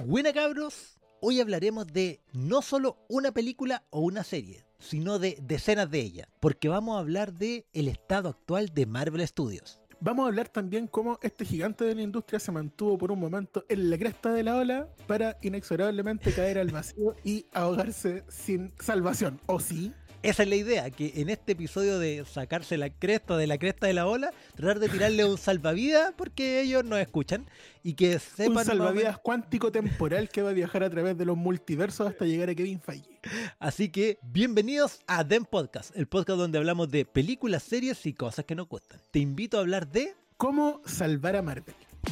Buena cabros, hoy hablaremos de no solo una película o una serie, sino de decenas de ellas, porque vamos a hablar de el estado actual de Marvel Studios. Vamos a hablar también cómo este gigante de la industria se mantuvo por un momento en la cresta de la ola para inexorablemente caer al vacío y ahogarse sin salvación, ¿o sí? Esa es la idea, que en este episodio de sacarse la cresta de la ola, tratar de tirarle un salvavidas porque ellos nos escuchan y que sepan... Un salvavidas cuántico temporal que va a viajar a través de los multiversos hasta llegar a Kevin Feige. Así que bienvenidos a Dem Podcast, el podcast donde hablamos de películas, series y cosas que nos gustan. Te invito a hablar de... ¿Cómo salvar a Marvel?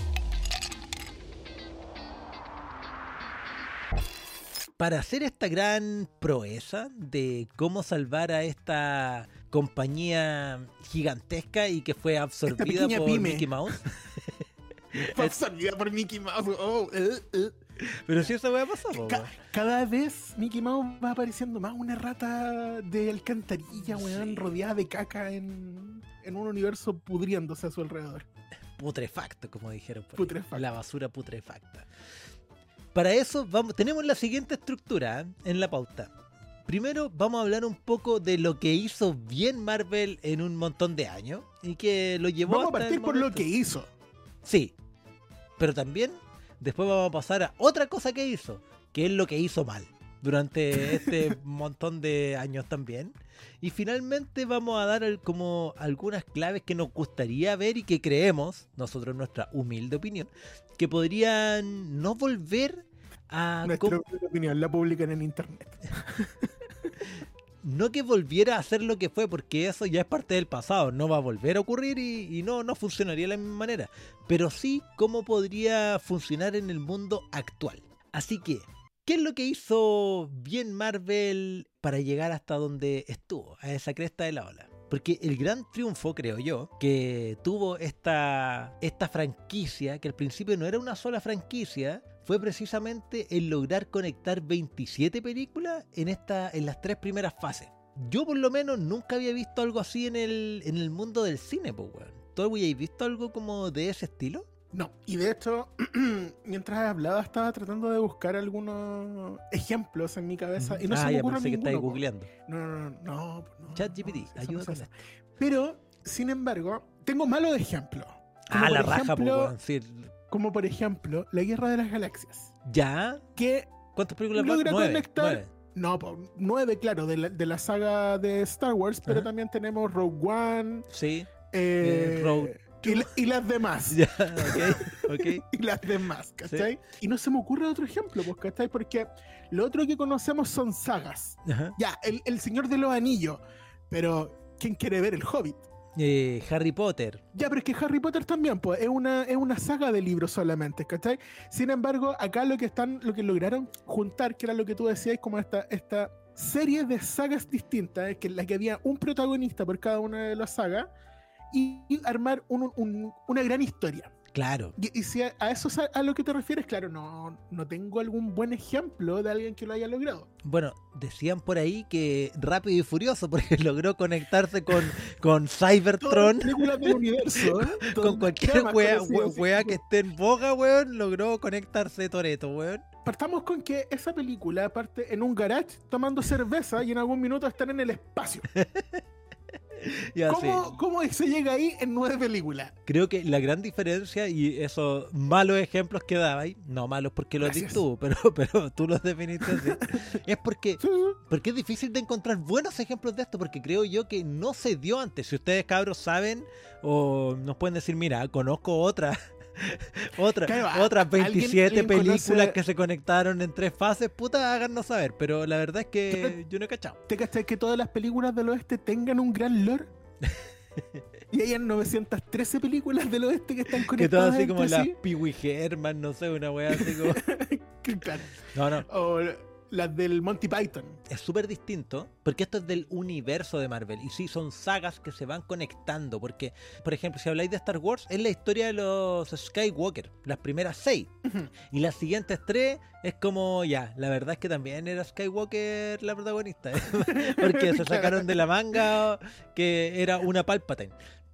Para hacer esta gran proeza de cómo salvar a esta compañía gigantesca y que fue absorbida por pyme. Mickey Mouse. Fue absorbida por Mickey Mouse. Pero si eso va pasar, Cada vez Mickey Mouse va apareciendo más una rata de alcantarilla, weón, Sí. rodeada de caca en un universo pudriéndose a su alrededor. Putrefacto, como dijeron por ahí. Putrefacto. La basura putrefacta. Para eso tenemos la siguiente estructura en la pauta. Primero vamos a hablar un poco de lo que hizo bien Marvel en un montón de años y que lo llevó Vamos a hasta partir el por lo momento. que hizo. Sí, pero también después vamos a pasar a otra cosa que hizo, que es lo que hizo mal durante este montón de años también. Y finalmente vamos a dar como algunas claves que nos gustaría ver y que creemos, nosotros en nuestra humilde opinión, que podrían no volver a... Nuestra opinión la publican en internet. No que volviera a ser lo que fue, porque eso ya es parte del pasado, no va a volver a ocurrir y no funcionaría de la misma manera. Pero sí cómo podría funcionar en el mundo actual. Así que, ¿qué es lo que hizo bien Marvel para llegar hasta donde estuvo, a esa cresta de la ola? Porque el gran triunfo, creo yo, que tuvo esta franquicia, que al principio no era una sola franquicia, fue precisamente el lograr conectar 27 películas en las 3 primeras fases. Yo por lo menos nunca había visto algo así en el mundo del cine, pues, weón. ¿Tú habías visto algo como de ese estilo? No, y de hecho, mientras hablaba estaba tratando de buscar algunos ejemplos en mi cabeza y no se me ya ocurre pensé que estabas ninguno. googleando. No. ChatGPT, Eso ayuda no con se esto. hace. Pero, sin embargo, tengo malos ejemplos. Ah, la por raja, pues, ejemplo, weón. Sí. Como por ejemplo, La Guerra de las Galaxias. ¿Ya? Que ¿Cuántas películas logra más? conectar... 9. No, 9, claro, de la saga de Star Wars, pero Ajá. también tenemos Rogue One, Sí. Rogue y las demás. Ya, ok. Y las demás, ¿cachai? Y no se me ocurre otro ejemplo, pues, ¿cachai? Porque lo otro que conocemos son sagas. Ajá. Ya, el Señor de los Anillos, pero ¿quién quiere ver el Hobbit? Harry Potter. Ya, pero es que Harry Potter también, pues, es una saga de libros solamente, ¿cachai? Sin embargo, acá lo que lograron juntar, que era lo que tú decías, como esta serie de sagas distintas, que en la que había un protagonista por cada una de las sagas, y armar una gran historia. Claro. Y si a eso es a lo que te refieres, claro, no tengo algún buen ejemplo de alguien que lo haya logrado. Bueno, decían por ahí que Rápido y Furioso, porque logró conectarse con Cybertron, Todas las películas del universo, ¿eh? con cualquier Más wea conocido, sí. que esté en boga, weón, logró conectarse Toretto, weón. Partamos con que esa película parte en un garage tomando cerveza y en algún minuto están en el espacio. Y así. ¿Cómo se llega ahí en 9 películas? Creo que la gran diferencia y esos malos ejemplos que daba ahí, no malos porque los Gracias. di tú, pero tú los definiste así, es porque es difícil de encontrar buenos ejemplos de esto, porque creo yo que no se dio antes. Si ustedes cabros saben o nos pueden decir, mira, conozco otras Claro, 27 ¿alguien películas conoce- que se conectaron en 3 fases, puta, háganos saber, pero la verdad es que yo no he cachado. ¿Te cachai que todas las películas del oeste tengan un gran lore? Y hay 913 películas del oeste que están Que todo conectadas así como entre la sí. Pee Wee Herman, no sé, una wea así como... Claro. No. O las del Monty Python. Es súper distinto, porque esto es del universo de Marvel, y sí, son sagas que se van conectando, porque, por ejemplo, si habláis de Star Wars, es la historia de los Skywalker, las primeras 6, y las siguientes 3 es como, ya, la verdad es que también era Skywalker la protagonista, porque se sacaron de la manga que era una Palpatine.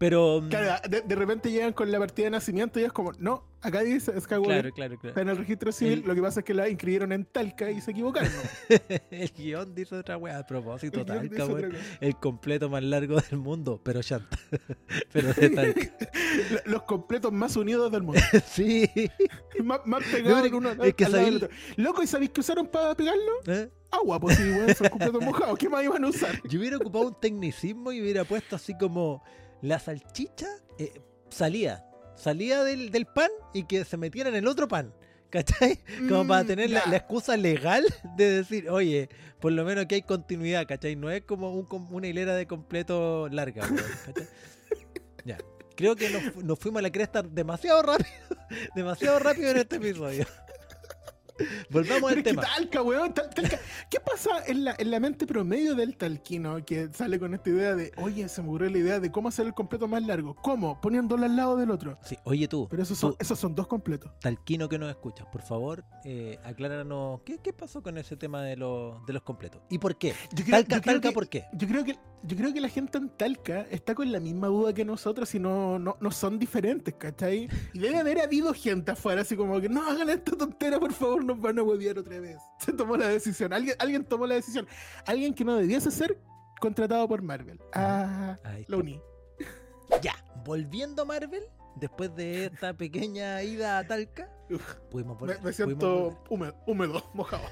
Pero... Claro, de repente llegan con la partida de nacimiento y es como, no, acá dice Skywalker. Claro. Está en el registro civil, lo que pasa es que la inscribieron en Talca y se equivocaron. El guión dice otra weá a propósito, El guión Talca, dice weón. otra cosa. El completo más largo del mundo, pero chanta. Pero de Talca. Los completos más unidos del mundo. Sí. Más pegados No, uno es que al lado del sabéis- otro. Loco, ¿y sabéis qué usaron para pegarlo? ¿Eh? Agua, pues sí, weón, son completos mojados. ¿Qué más iban a usar? Yo hubiera ocupado un tecnicismo y hubiera puesto así como la salchicha salía del pan y que se metiera en el otro pan. ¿Cachai? Como para tener ya. la excusa legal de decir, oye, por lo menos que hay continuidad, ¿cachai? No es como una hilera de completo larga, weón, ¿cachai? Ya. Creo que nos fuimos a la cresta demasiado rápido en este episodio. Volvamos Pero al es que tema. Talca, weón, Talca. ¿Qué pasa en la mente promedio del talquino que sale con esta idea de, oye, se me ocurrió la idea de cómo hacer el completo más largo? ¿Cómo? Poniéndolo al lado del otro. Sí, oye tú, Pero esos son dos completos. talquino que nos escuchas, por favor, acláranos qué pasó con ese tema de los completos. ¿Y por qué? Talca, ¿por qué? Yo creo que la gente en Talca está con la misma duda que nosotros y no son diferentes, ¿cachai? Y debe haber habido gente afuera así como que no hagan esta tontera, por favor, nos van a huevear otra vez. Se tomó la decisión, alguien tomó la decisión. Alguien que no debiese ser contratado por Marvel. Ahí Lo uní. Ya, volviendo a Marvel, después de esta pequeña ida a Talca, pudimos Me volver. siento húmedo, mojado.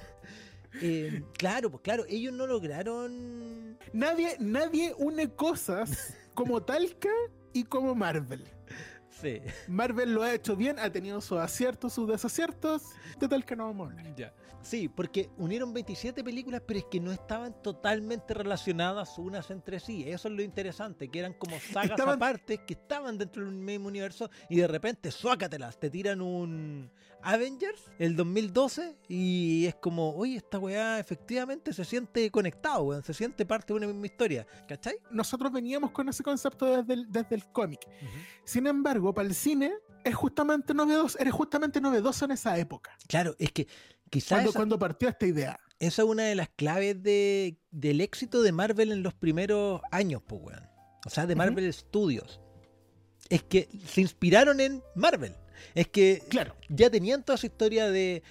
Claro, ellos no lograron... Nadie une cosas como Talca y como Marvel. Sí, Marvel lo ha hecho bien, ha tenido sus aciertos, sus desaciertos. De Talca no vamos a hablar. ya. Sí, porque unieron 27 películas, pero es que no estaban totalmente relacionadas unas entre sí. Eso es lo interesante, que eran como sagas aparte que estaban dentro del mismo universo y de repente, suácatelas, te tiran un Avengers, el 2012, y es como, oye, esta weá efectivamente se siente conectado, weón, se siente parte de una misma historia, ¿cachai? Nosotros veníamos con ese concepto desde el cómic. Sin embargo, para el cine eres justamente novedoso en esa época. Claro, es que quizás Cuando partió esta idea. esa es una de las claves del éxito de Marvel en los primeros años, pues, weón. O sea, de Marvel Studios. Es que se inspiraron en Marvel. Es que Claro. ya tenían toda esa historia de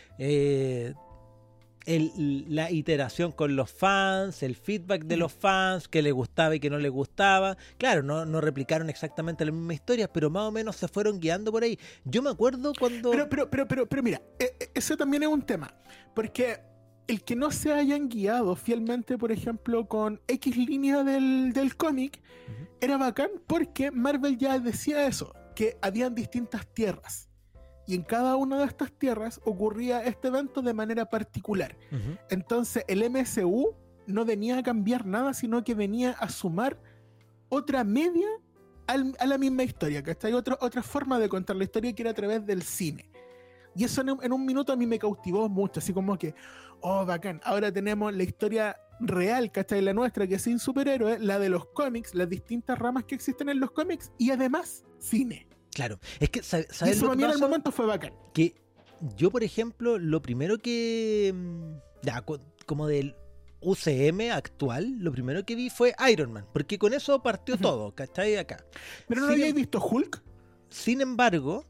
la iteración con los fans, el feedback de los fans, que les gustaba y que no les gustaba. Claro, no replicaron exactamente las mismas historias, pero más o menos se fueron guiando por ahí. Yo me acuerdo cuando... Pero mira, eso también es un tema. Porque el que no se hayan guiado fielmente, por ejemplo, con X línea del cómic, era bacán porque Marvel ya decía eso, que habían distintas tierras. Y en cada una de estas tierras ocurría este evento de manera particular. Entonces el MCU no venía a cambiar nada, sino que venía a sumar otra media a la misma historia, ¿cachai? Otra forma de contar la historia que era a través del cine. Y eso en un minuto a mí me cautivó mucho, así como que, oh, bacán, ahora tenemos la historia real, ¿cachai? La nuestra, que es sin superhéroes, la de los cómics, las distintas ramas que existen en los cómics, y además, cine. Claro, es que, Y ¿sabes eso lo para que mí en el pasa? momento fue bacán. Que yo, por ejemplo, lo primero que... como del UCM actual, lo primero que vi fue Iron Man, porque con eso partió todo, ¿cachai? Acá. ¿Pero no habíais visto Hulk? Sin embargo,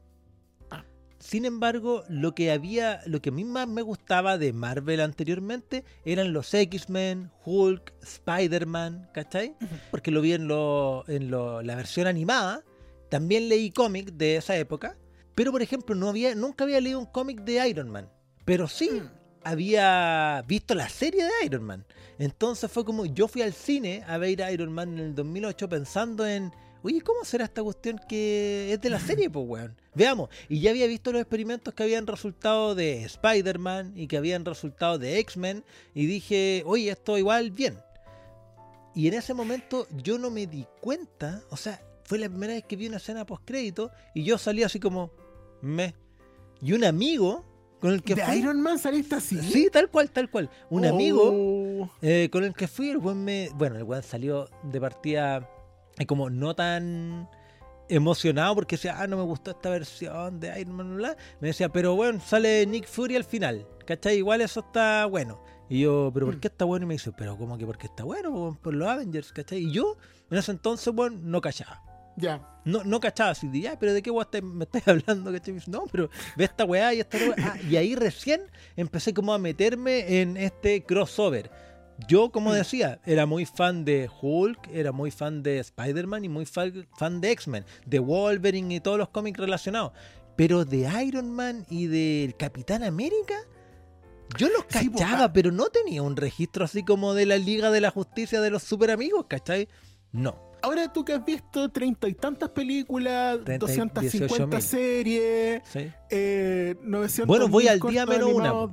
lo que a mí más me gustaba de Marvel anteriormente eran los X-Men, Hulk, Spider-Man, ¿cachai? Porque lo vi en la versión animada. También leí cómics de esa época, pero por ejemplo nunca había leído un cómic de Iron Man, pero sí había visto la serie de Iron Man. Entonces fue como, yo fui al cine a ver Iron Man en el 2008 pensando en, oye, ¿cómo será esta cuestión que es de la serie, pues, weón? Veamos. Y ya había visto los experimentos que habían resultado de Spider-Man y que habían resultado de X-Men y dije, oye, esto igual bien. Y en ese momento yo no me di cuenta, o sea, fue la primera vez que vi una escena postcrédito y yo salí así como, Y un amigo con el que ¿De fui... Iron Man saliste así? Sí, tal cual. Un amigo Oh. con el que fui, el weón salió de partida como no tan emocionado porque decía, no me gustó esta versión de Iron Man, bla. Me decía, pero bueno, sale Nick Fury al final, ¿cachai? Igual eso está bueno. Y yo, ¿pero por qué está bueno? Y me dice, pero ¿cómo que por qué está bueno? Por los Avengers, ¿cachai? Y yo, en ese entonces, bueno, no callaba. Ya. No cachaba así, de, ya, pero ¿de qué weá me estás hablando? ¿Cachai? No, pero ve esta weá y esta weá. Y ahí recién empecé como a meterme en este crossover. Yo, como decía, era muy fan de Hulk, era muy fan de Spider-Man y muy fan de X-Men, de Wolverine y todos los cómics relacionados. Pero de Iron Man y del Capitán América, yo los cachaba, pero no tenía un registro así como de la Liga de la Justicia de los Super Amigos, ¿cachai? No. Ahora tú que has visto 30 y tantas películas, 250 18.000 series, ¿sí? 900 bueno, voy al cortos día menos animados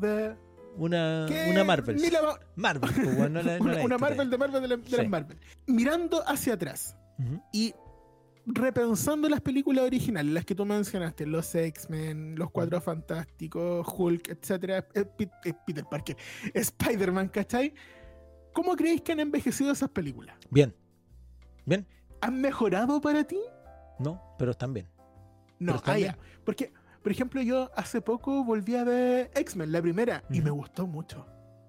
una Marvel. Ni Marvel, pues, bueno, una Marvel de Marvel de sí. las Marvel. Mirando hacia atrás y repensando las películas originales, las que tú mencionaste, los X-Men, los Cuatro Fantásticos, Hulk, etcétera, Peter Parker, Spider-Man, ¿cachai? ¿Cómo creéis que han envejecido esas películas? Bien. ¿Han mejorado para ti? No, pero están bien. No, ya. Porque, por ejemplo, yo hace poco volví a ver X-Men, la primera, y me gustó mucho.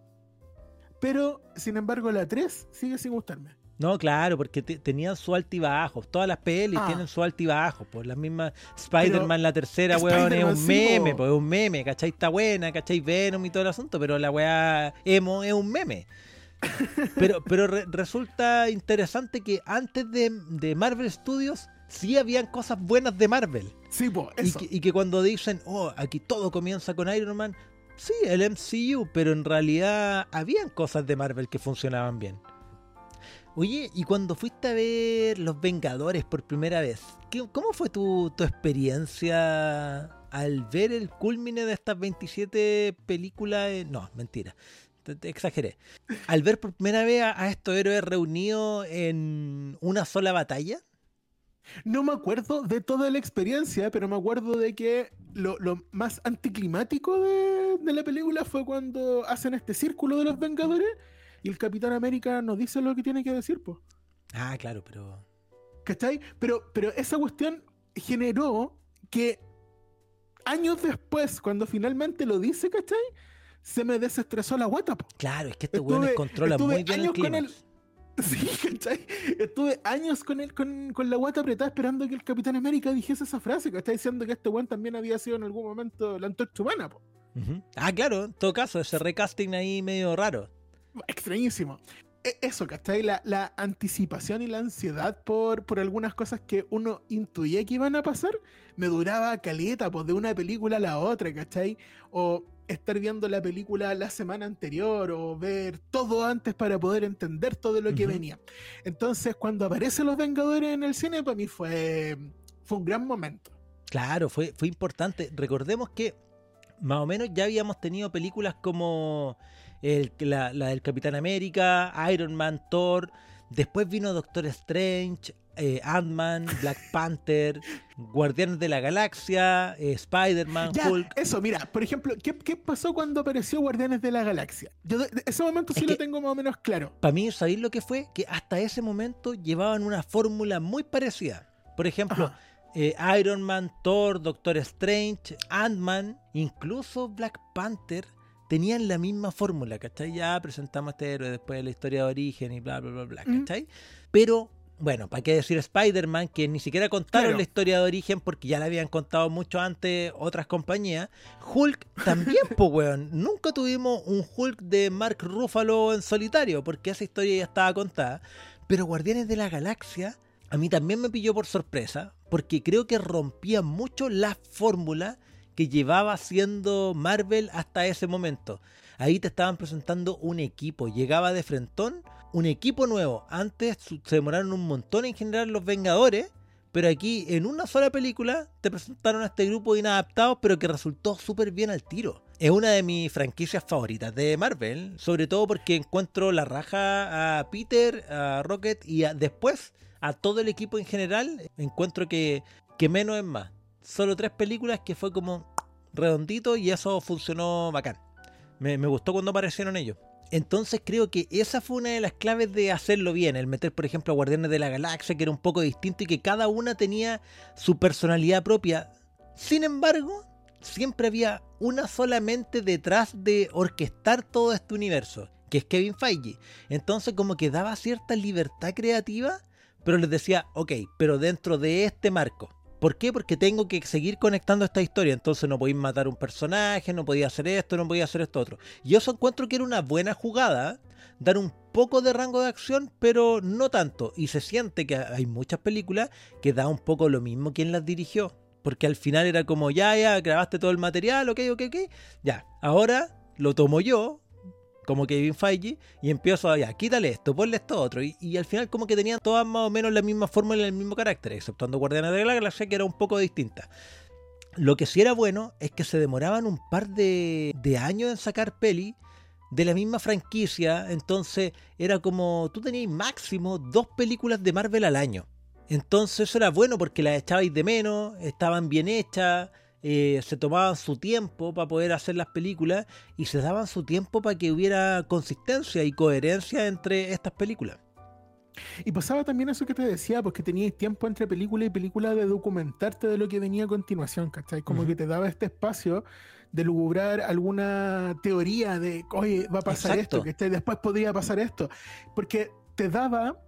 Pero, sin embargo, la 3 sigue sin gustarme. No, claro, porque tenían su altibajos. Todas las pelis tienen su altibajos. Pues las mismas Spider-Man, la tercera, weón, es un meme, pues es un meme, ¿cachai? Está buena, ¿cachai? Venom y todo el asunto, pero la weá emo es un meme. Pero resulta interesante que antes de Marvel Studios sí habían cosas buenas de Marvel. Sí, po, eso. Y que cuando dicen, aquí todo comienza con Iron Man, sí, el MCU, pero en realidad habían cosas de Marvel que funcionaban bien. Oye, y cuando fuiste a ver Los Vengadores por primera vez, ¿cómo fue tu experiencia al ver el culmine de estas 27 películas? No, mentira. Te exageré. Al ver por primera vez a estos héroes reunidos en una sola batalla. No me acuerdo de toda la experiencia, pero me acuerdo de que lo más anticlimático de la película fue cuando hacen este círculo de los Vengadores y el Capitán América nos dice lo que tiene que decir, pues. Ah, claro, pero... ¿Cachai? Pero esa cuestión generó que años después, cuando finalmente lo dice, ¿cachai? Se me desestresó la guata, po. Claro, es que estos weones controlan muy bien el clima. Sí, ¿cachai? Estuve años con la guata apretada esperando que el Capitán América dijese esa frase, que está diciendo que este weón también había sido en algún momento la antorcha humana, po. Ah, claro, en todo caso, ese recasting ahí medio raro. Extrañísimo. Eso, ¿cachai? La anticipación y la ansiedad por algunas cosas que uno intuía que iban a pasar, me duraba caleta, pues de una película a la otra, ¿cachai? O estar viendo la película la semana anterior, o ver todo antes para poder entender todo lo que venía. Entonces, cuando aparecen los Vengadores en el cine, para mí fue un gran momento. Claro, fue importante. Recordemos que más o menos ya habíamos tenido películas como la del Capitán América, Iron Man, Thor. Después vino Doctor Strange, Ant-Man, Black Panther, Guardianes de la Galaxia, Spider-Man, Hulk. Eso, mira, por ejemplo, ¿qué pasó cuando apareció Guardianes de la Galaxia? Yo ese momento sí lo tengo más o menos claro. Para mí, ¿sabéis lo que fue? Que hasta ese momento llevaban una fórmula muy parecida. Por ejemplo, Iron Man, Thor, Doctor Strange, Ant-Man, incluso Black Panther, tenían la misma fórmula, ¿cachai? Ya presentamos a este héroe después de la historia de origen y bla, bla, bla, bla, ¿cachai? Pero, bueno, ¿para qué decir Spider-Man? Que ni siquiera contaron la historia de origen porque ya la habían contado mucho antes otras compañías. Hulk también, pues, weón. Nunca tuvimos un Hulk de Mark Ruffalo en solitario porque esa historia ya estaba contada. Pero Guardianes de la Galaxia a mí también me pilló por sorpresa porque creo que rompía mucho la fórmula que llevaba haciendo Marvel hasta ese momento. Ahí te estaban presentando un equipo, llegaba de frentón un equipo nuevo. Antes se demoraron un montón en generar los Vengadores, pero aquí en una sola película te presentaron a este grupo de inadaptados, pero que resultó súper bien al tiro. Es una de mis franquicias favoritas de Marvel, sobre todo porque encuentro la raja a Peter, a Rocket y después a todo el equipo en general. Encuentro que menos es más. Solo 3 películas que fue como redondito y eso funcionó bacán. Me gustó cuando aparecieron ellos. Entonces creo que esa fue una de las claves de hacerlo bien. El meter, por ejemplo, a Guardianes de la Galaxia, que era un poco distinto y que cada una tenía su personalidad propia. Sin embargo, siempre había una sola mente detrás de orquestar todo este universo, que es Kevin Feige. Entonces como que daba cierta libertad creativa pero les decía, ok, pero dentro de este marco. ¿Por qué? Porque tengo que seguir conectando esta historia, entonces no podéis matar un personaje, no podía hacer esto, no podía hacer esto otro. Y yo eso encuentro que era una buena jugada, dar un poco de rango de acción, pero no tanto. Y se siente que hay muchas películas que da un poco lo mismo quien las dirigió. Porque al final era como, ya, grabaste todo el material, ok, ya, ahora lo tomo yo, como Kevin Feige, y empiezo a, ya, quítale esto, ponle esto otro, y al final como que tenían todas más o menos la misma fórmula y el mismo carácter, exceptuando Guardianes de la Galaxia, que era un poco distinta. Lo que sí era bueno es que se demoraban un par de años en sacar peli de la misma franquicia, entonces era como, tú tenías máximo 2 películas de Marvel al año. Entonces eso era bueno porque las echabais de menos, estaban bien hechas, se tomaban su tiempo para poder hacer las películas y se daban su tiempo para que hubiera consistencia y coherencia entre estas películas. Y pasaba también eso que te decía, porque teníais tiempo entre película y película de documentarte de lo que venía a continuación, ¿cachai? Como que te daba este espacio de lugubrar alguna teoría de, oye, va a pasar esto, ¿cachai? Después podría pasar esto, porque te daba...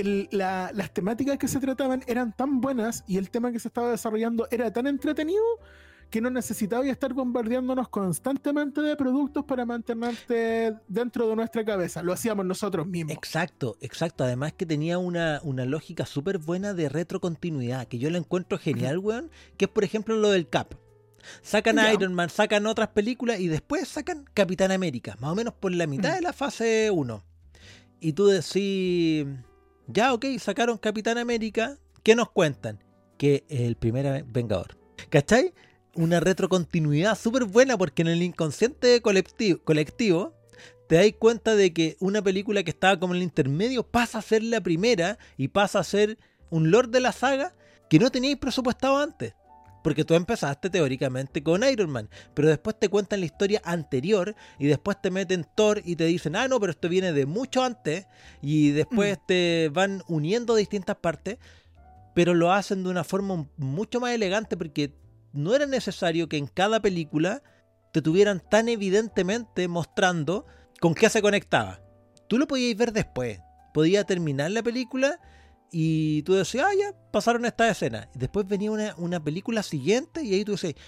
las temáticas que se trataban eran tan buenas y el tema que se estaba desarrollando era tan entretenido que no necesitaba estar bombardeándonos constantemente de productos para mantenerte dentro de nuestra cabeza. Lo hacíamos nosotros mismos. Exacto. Además que tenía una lógica súper buena de retrocontinuidad, que yo la encuentro genial, weón, que es por ejemplo lo del Cap. Sacan Iron Man, sacan otras películas y después sacan Capitán América, más o menos por la mitad de la fase 1. Y tú decís... Ya, ok, sacaron Capitán América. ¿Qué nos cuentan? Que es el primer Vengador. ¿Cachai? Una retrocontinuidad súper buena porque en el inconsciente colectivo te das cuenta de que una película que estaba como en el intermedio pasa a ser la primera y pasa a ser un lore de la saga que no teníais presupuestado antes. Porque tú empezaste teóricamente con Iron Man, pero después te cuentan la historia anterior y después te meten Thor y te dicen, no, pero esto viene de mucho antes, y después te van uniendo distintas partes, pero lo hacen de una forma mucho más elegante porque no era necesario que en cada película te tuvieran tan evidentemente mostrando con qué se conectaba. Tú lo podías ver después, podía terminar la película y tú decías, ya, pasaron esta escena. Y después venía una película siguiente y ahí tú decías,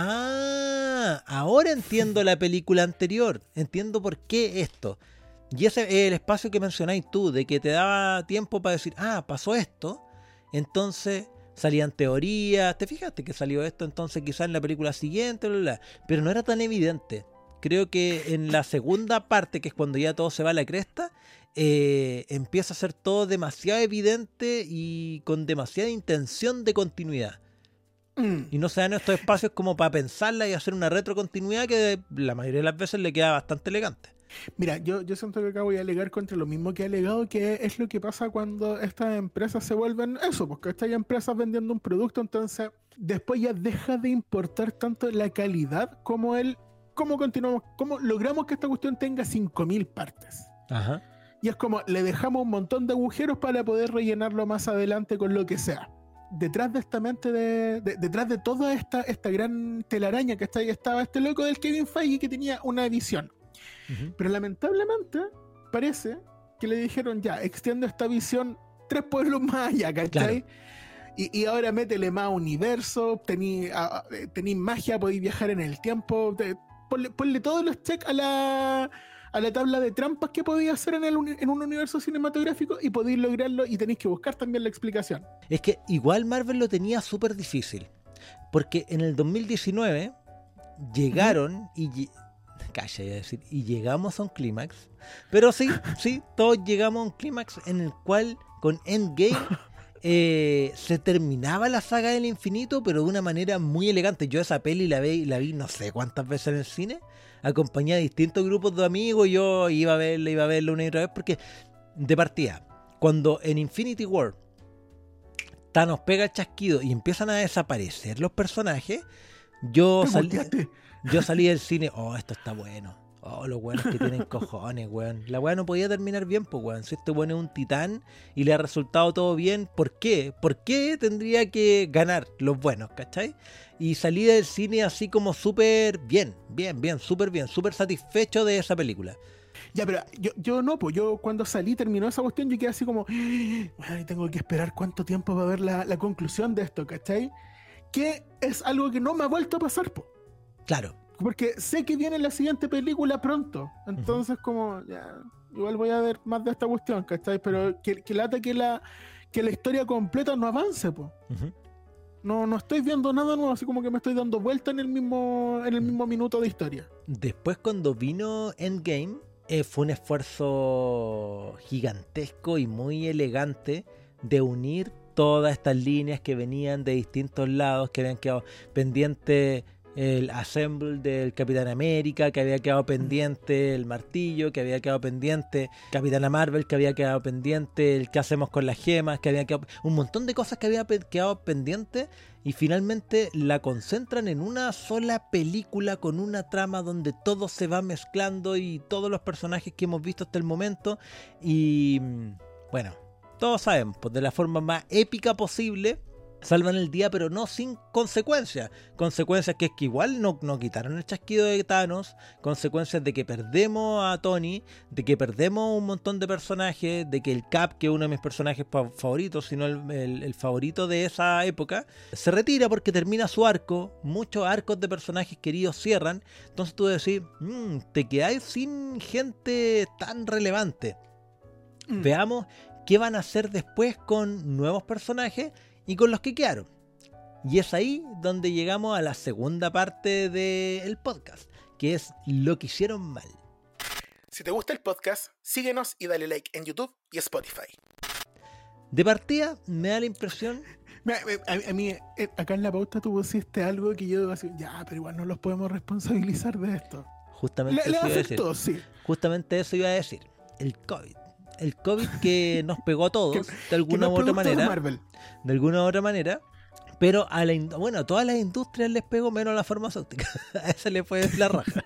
ahora entiendo la película anterior, entiendo por qué esto. Y ese es el espacio que mencionáis tú, de que te daba tiempo para decir, pasó esto, entonces salían teorías, te fijaste que salió esto, entonces quizás en la película siguiente, pero no era tan evidente. Creo que en la segunda parte, que es cuando ya todo se va a la cresta, empieza a ser todo demasiado evidente y con demasiada intención de continuidad. Y no se dan estos espacios como para pensarla y hacer una retrocontinuidad que la mayoría de las veces le queda bastante elegante. Mira, yo siento que acá voy a alegar contra lo mismo que he alegado, que es lo que pasa cuando estas empresas se vuelven eso, porque estas empresas vendiendo un producto, entonces después ya deja de importar tanto la calidad como cómo continuamos, cómo logramos que esta cuestión tenga 5000 partes. Ajá. Y es como, le dejamos un montón de agujeros para poder rellenarlo más adelante con lo que sea. Detrás de esta mente, detrás de toda esta gran telaraña que estaba este loco del Kevin Feige que tenía una visión. Pero lamentablemente parece que le dijeron, ya, extiendo esta visión 3 pueblos más allá, ¿cachai? Claro. Y ahora métele más universo, tení magia, podéis viajar en el tiempo, ponle todos los checks a la tabla de trampas que podéis hacer en un universo cinematográfico y podéis lograrlo, y tenéis que buscar también la explicación. Es que igual Marvel lo tenía súper difícil, porque en el 2019 llegaron y llegamos a un clímax, pero sí, todos llegamos a un clímax en el cual con Endgame se terminaba la saga del infinito, pero de una manera muy elegante. Yo esa peli la vi no sé cuántas veces en el cine, acompañada de distintos grupos de amigos. Yo iba a verla una y otra vez, porque de partida, cuando en Infinity War Thanos pega el chasquido y empiezan a desaparecer los personajes, yo salí del cine, esto está bueno. Los weones que tienen cojones, weón. La weá no podía terminar bien, pues, weón. Si este weón es un titán y le ha resultado todo bien, ¿por qué? ¿Por qué tendría que ganar los buenos, cachai? Y salí del cine así como súper bien, súper satisfecho de esa película. Ya, pero yo no, pues yo cuando salí, terminó esa cuestión, yo quedé así como, ay, tengo que esperar cuánto tiempo va a haber la conclusión de esto, ¿cachai? Que es algo que no me ha vuelto a pasar, pues. Claro. Porque sé que viene la siguiente película pronto. Entonces, como, ya, igual voy a ver más de esta cuestión, ¿cachai? Pero que lata que la historia completa no avance, pues. No estoy viendo nada nuevo, así como que me estoy dando vuelta en el mismo minuto de historia. Después, cuando vino Endgame, fue un esfuerzo gigantesco y muy elegante de unir todas estas líneas que venían de distintos lados, que habían quedado pendientes. El Assemble del Capitán América, que había quedado pendiente, el martillo, que había quedado pendiente, Capitana Marvel, que había quedado pendiente, el qué hacemos con las gemas, que había quedado, un montón de cosas que había quedado pendiente, y finalmente la concentran en una sola película con una trama donde todo se va mezclando y todos los personajes que hemos visto hasta el momento, y bueno, todos sabemos, pues de la forma más épica posible salvan el día, pero no sin consecuencias. Consecuencias que es que igual no quitaron el chasquido de Thanos, consecuencias de que perdemos a Tony, de que perdemos un montón de personajes, de que el Cap, que es uno de mis personajes favoritos, sino el favorito de esa época, se retira porque termina su arco. Muchos arcos de personajes queridos cierran. Entonces tú decís, te quedáis sin gente tan relevante. Veamos qué van a hacer después con nuevos personajes y con los que quedaron. Y es ahí donde llegamos a la segunda parte del podcast, que es lo que hicieron mal. Si te gusta el podcast, síguenos y dale like en YouTube y Spotify. De partida, me da la impresión... A mí, acá en la pauta tú pusiste algo que yo así, ya, pero igual no los podemos responsabilizar de esto. Justamente eso iba a decir. Todo, sí. Justamente eso iba a decir. El COVID. El COVID que nos pegó a todos, de alguna u otra manera. De alguna u otra manera. Pero a todas las industrias les pegó, menos a la farmacéutica. A esa le fue la raja.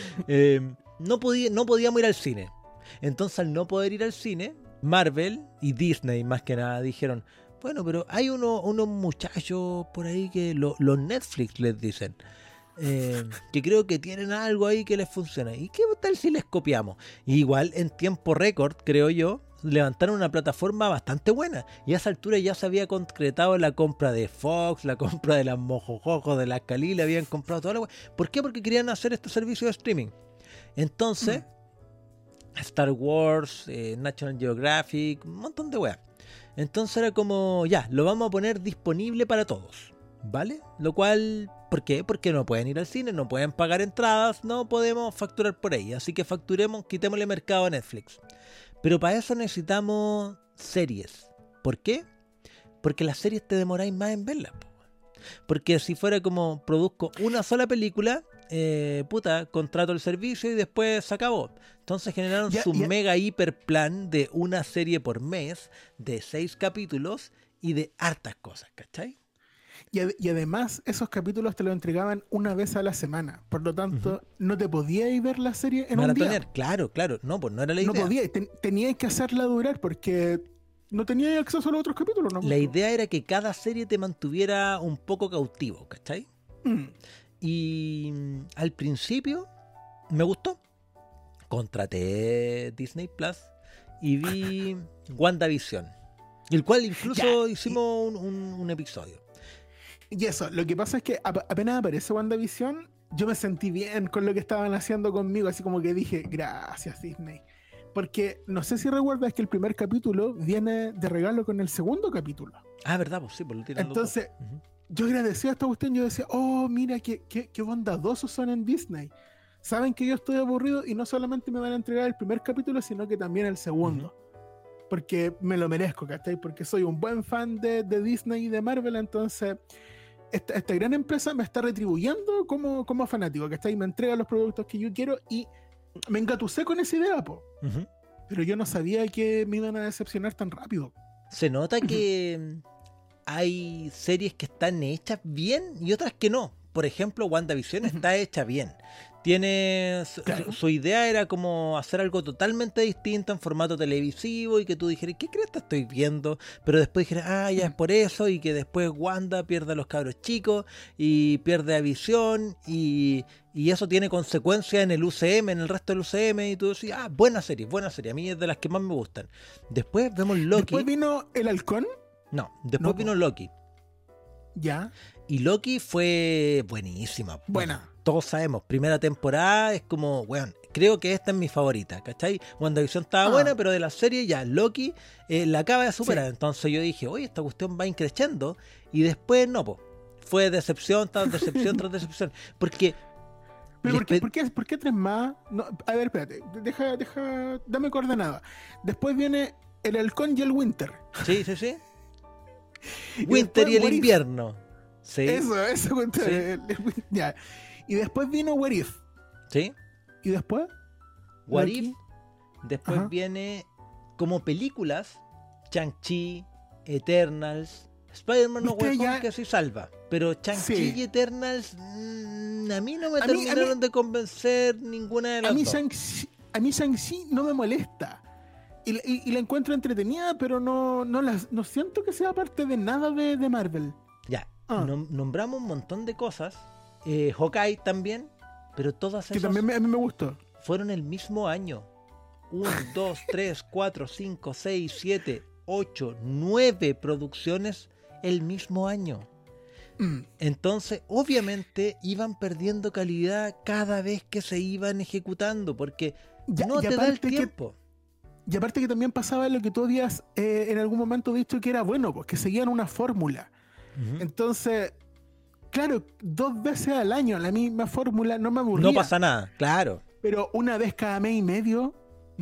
No podíamos ir al cine. Entonces, al no poder ir al cine, Marvel y Disney, más que nada, dijeron, bueno, pero hay unos muchachos por ahí que los Netflix les dicen, que creo que tienen algo ahí que les funciona. ¿Y qué tal si les copiamos? Y igual en tiempo récord, creo yo, levantaron una plataforma bastante buena. Y a esa altura ya se había concretado la compra de Fox, la compra de las Mojojojo, de las Cali, le habían comprado toda la wea. ¿Por qué? Porque querían hacer este servicio de streaming. Entonces, Star Wars, National Geographic, un montón de weas. Entonces era como, ya, lo vamos a poner disponible para todos, ¿vale? Lo cual, ¿por qué? Porque no pueden ir al cine, no pueden pagar entradas, no podemos facturar por ahí. Así que quitémosle mercado a Netflix. Pero para eso necesitamos series. ¿Por qué? Porque las series te demoráis más en verlas. Porque si fuera como produzco una sola película, contrato el servicio y después se acabó. Entonces generaron su mega hiper plan de una serie por mes, de 6 capítulos y de hartas cosas, ¿cachai? Y además esos capítulos te los entregaban una vez a la semana. Por lo tanto, no te podías ver la serie en un día. Claro. No, pues no era la idea. No podías, tenías que hacerla durar porque no tenías acceso a los otros capítulos. ¿No? La idea era que cada serie te mantuviera un poco cautivo, ¿cachai? Y al principio me gustó. Contraté Disney Plus y vi WandaVision, el cual incluso hicimos un episodio. Y eso, lo que pasa es que apenas aparece WandaVision, yo me sentí bien con lo que estaban haciendo conmigo, así como que dije, gracias Disney. Porque no sé si recuerdas que el primer capítulo viene de regalo con el segundo capítulo. Ah, ¿verdad? Pues sí, por lo tiran. Entonces, yo agradecía a esta cuestión, yo decía, oh, mira, qué bondadosos son en Disney. Saben que yo estoy aburrido y no solamente me van a entregar el primer capítulo, sino que también el segundo. Porque me lo merezco, ¿cachai? Porque soy un buen fan de Disney y de Marvel, entonces esta gran empresa me está retribuyendo como fanático, ¿cachai? Me entrega los productos que yo quiero y me engatusé con esa idea, po. Pero yo no sabía que me iban a decepcionar tan rápido. Se nota que hay series que están hechas bien y otras que no. Por ejemplo, WandaVision está hecha bien. Tiene Claro. su idea era como hacer algo totalmente distinto en formato televisivo y que tú dijeras, ¿qué crees que estoy viendo? Pero después dijeras, ya es por eso, y que después Wanda pierde a los cabros chicos y pierde a Visión y eso tiene consecuencias en el UCM, en el resto del UCM, y tú decís, buena serie, a mí es de las que más me gustan. Después vemos Loki. Después vino El Halcón. No, después vino Loki. Ya. Y Loki fue buenísima. Buena. Todos sabemos, primera temporada es como, weón, creo que esta es mi favorita, ¿cachai? WandaVision estaba buena, pero de la serie ya, Loki la acaba de superar. Sí. Entonces yo dije, oye, esta cuestión va increciendo, y después no, fue decepción tras decepción tras decepción. Porque... ¿Pero por qué tres más? No, a ver, espérate, dame coordenada. Después viene El Halcón y el Winter. Sí. Winter y el invierno. Sí. Eso, Winter. Sí. Ya. Y después vino What If. Sí. ¿Y después? What If. Después viene como películas Shang-Chi, Eternals. Spider-Man no huevón que sí salva. Pero Shang-Chi y Eternals a mí no me terminaron de convencer ninguna de las dos. A mí Shang-Chi no me molesta. Y la encuentro entretenida, pero no siento que sea parte de nada de Marvel. Ya. Nombramos un montón de cosas. Hawkeye también, pero todas esas que también a mí me gustó. Fueron el mismo año. 1, 2, 3, 4, 5, 6, 7, 8, 9 producciones el mismo año. Entonces, obviamente, iban perdiendo calidad cada vez que se iban ejecutando, porque no te da el tiempo. Y aparte que también pasaba lo que tú habías en algún momento dicho que era bueno, pues que seguían una fórmula. Entonces... Claro, 2 veces al año la misma fórmula no me aburría. No pasa nada, claro. Pero una vez cada mes y medio,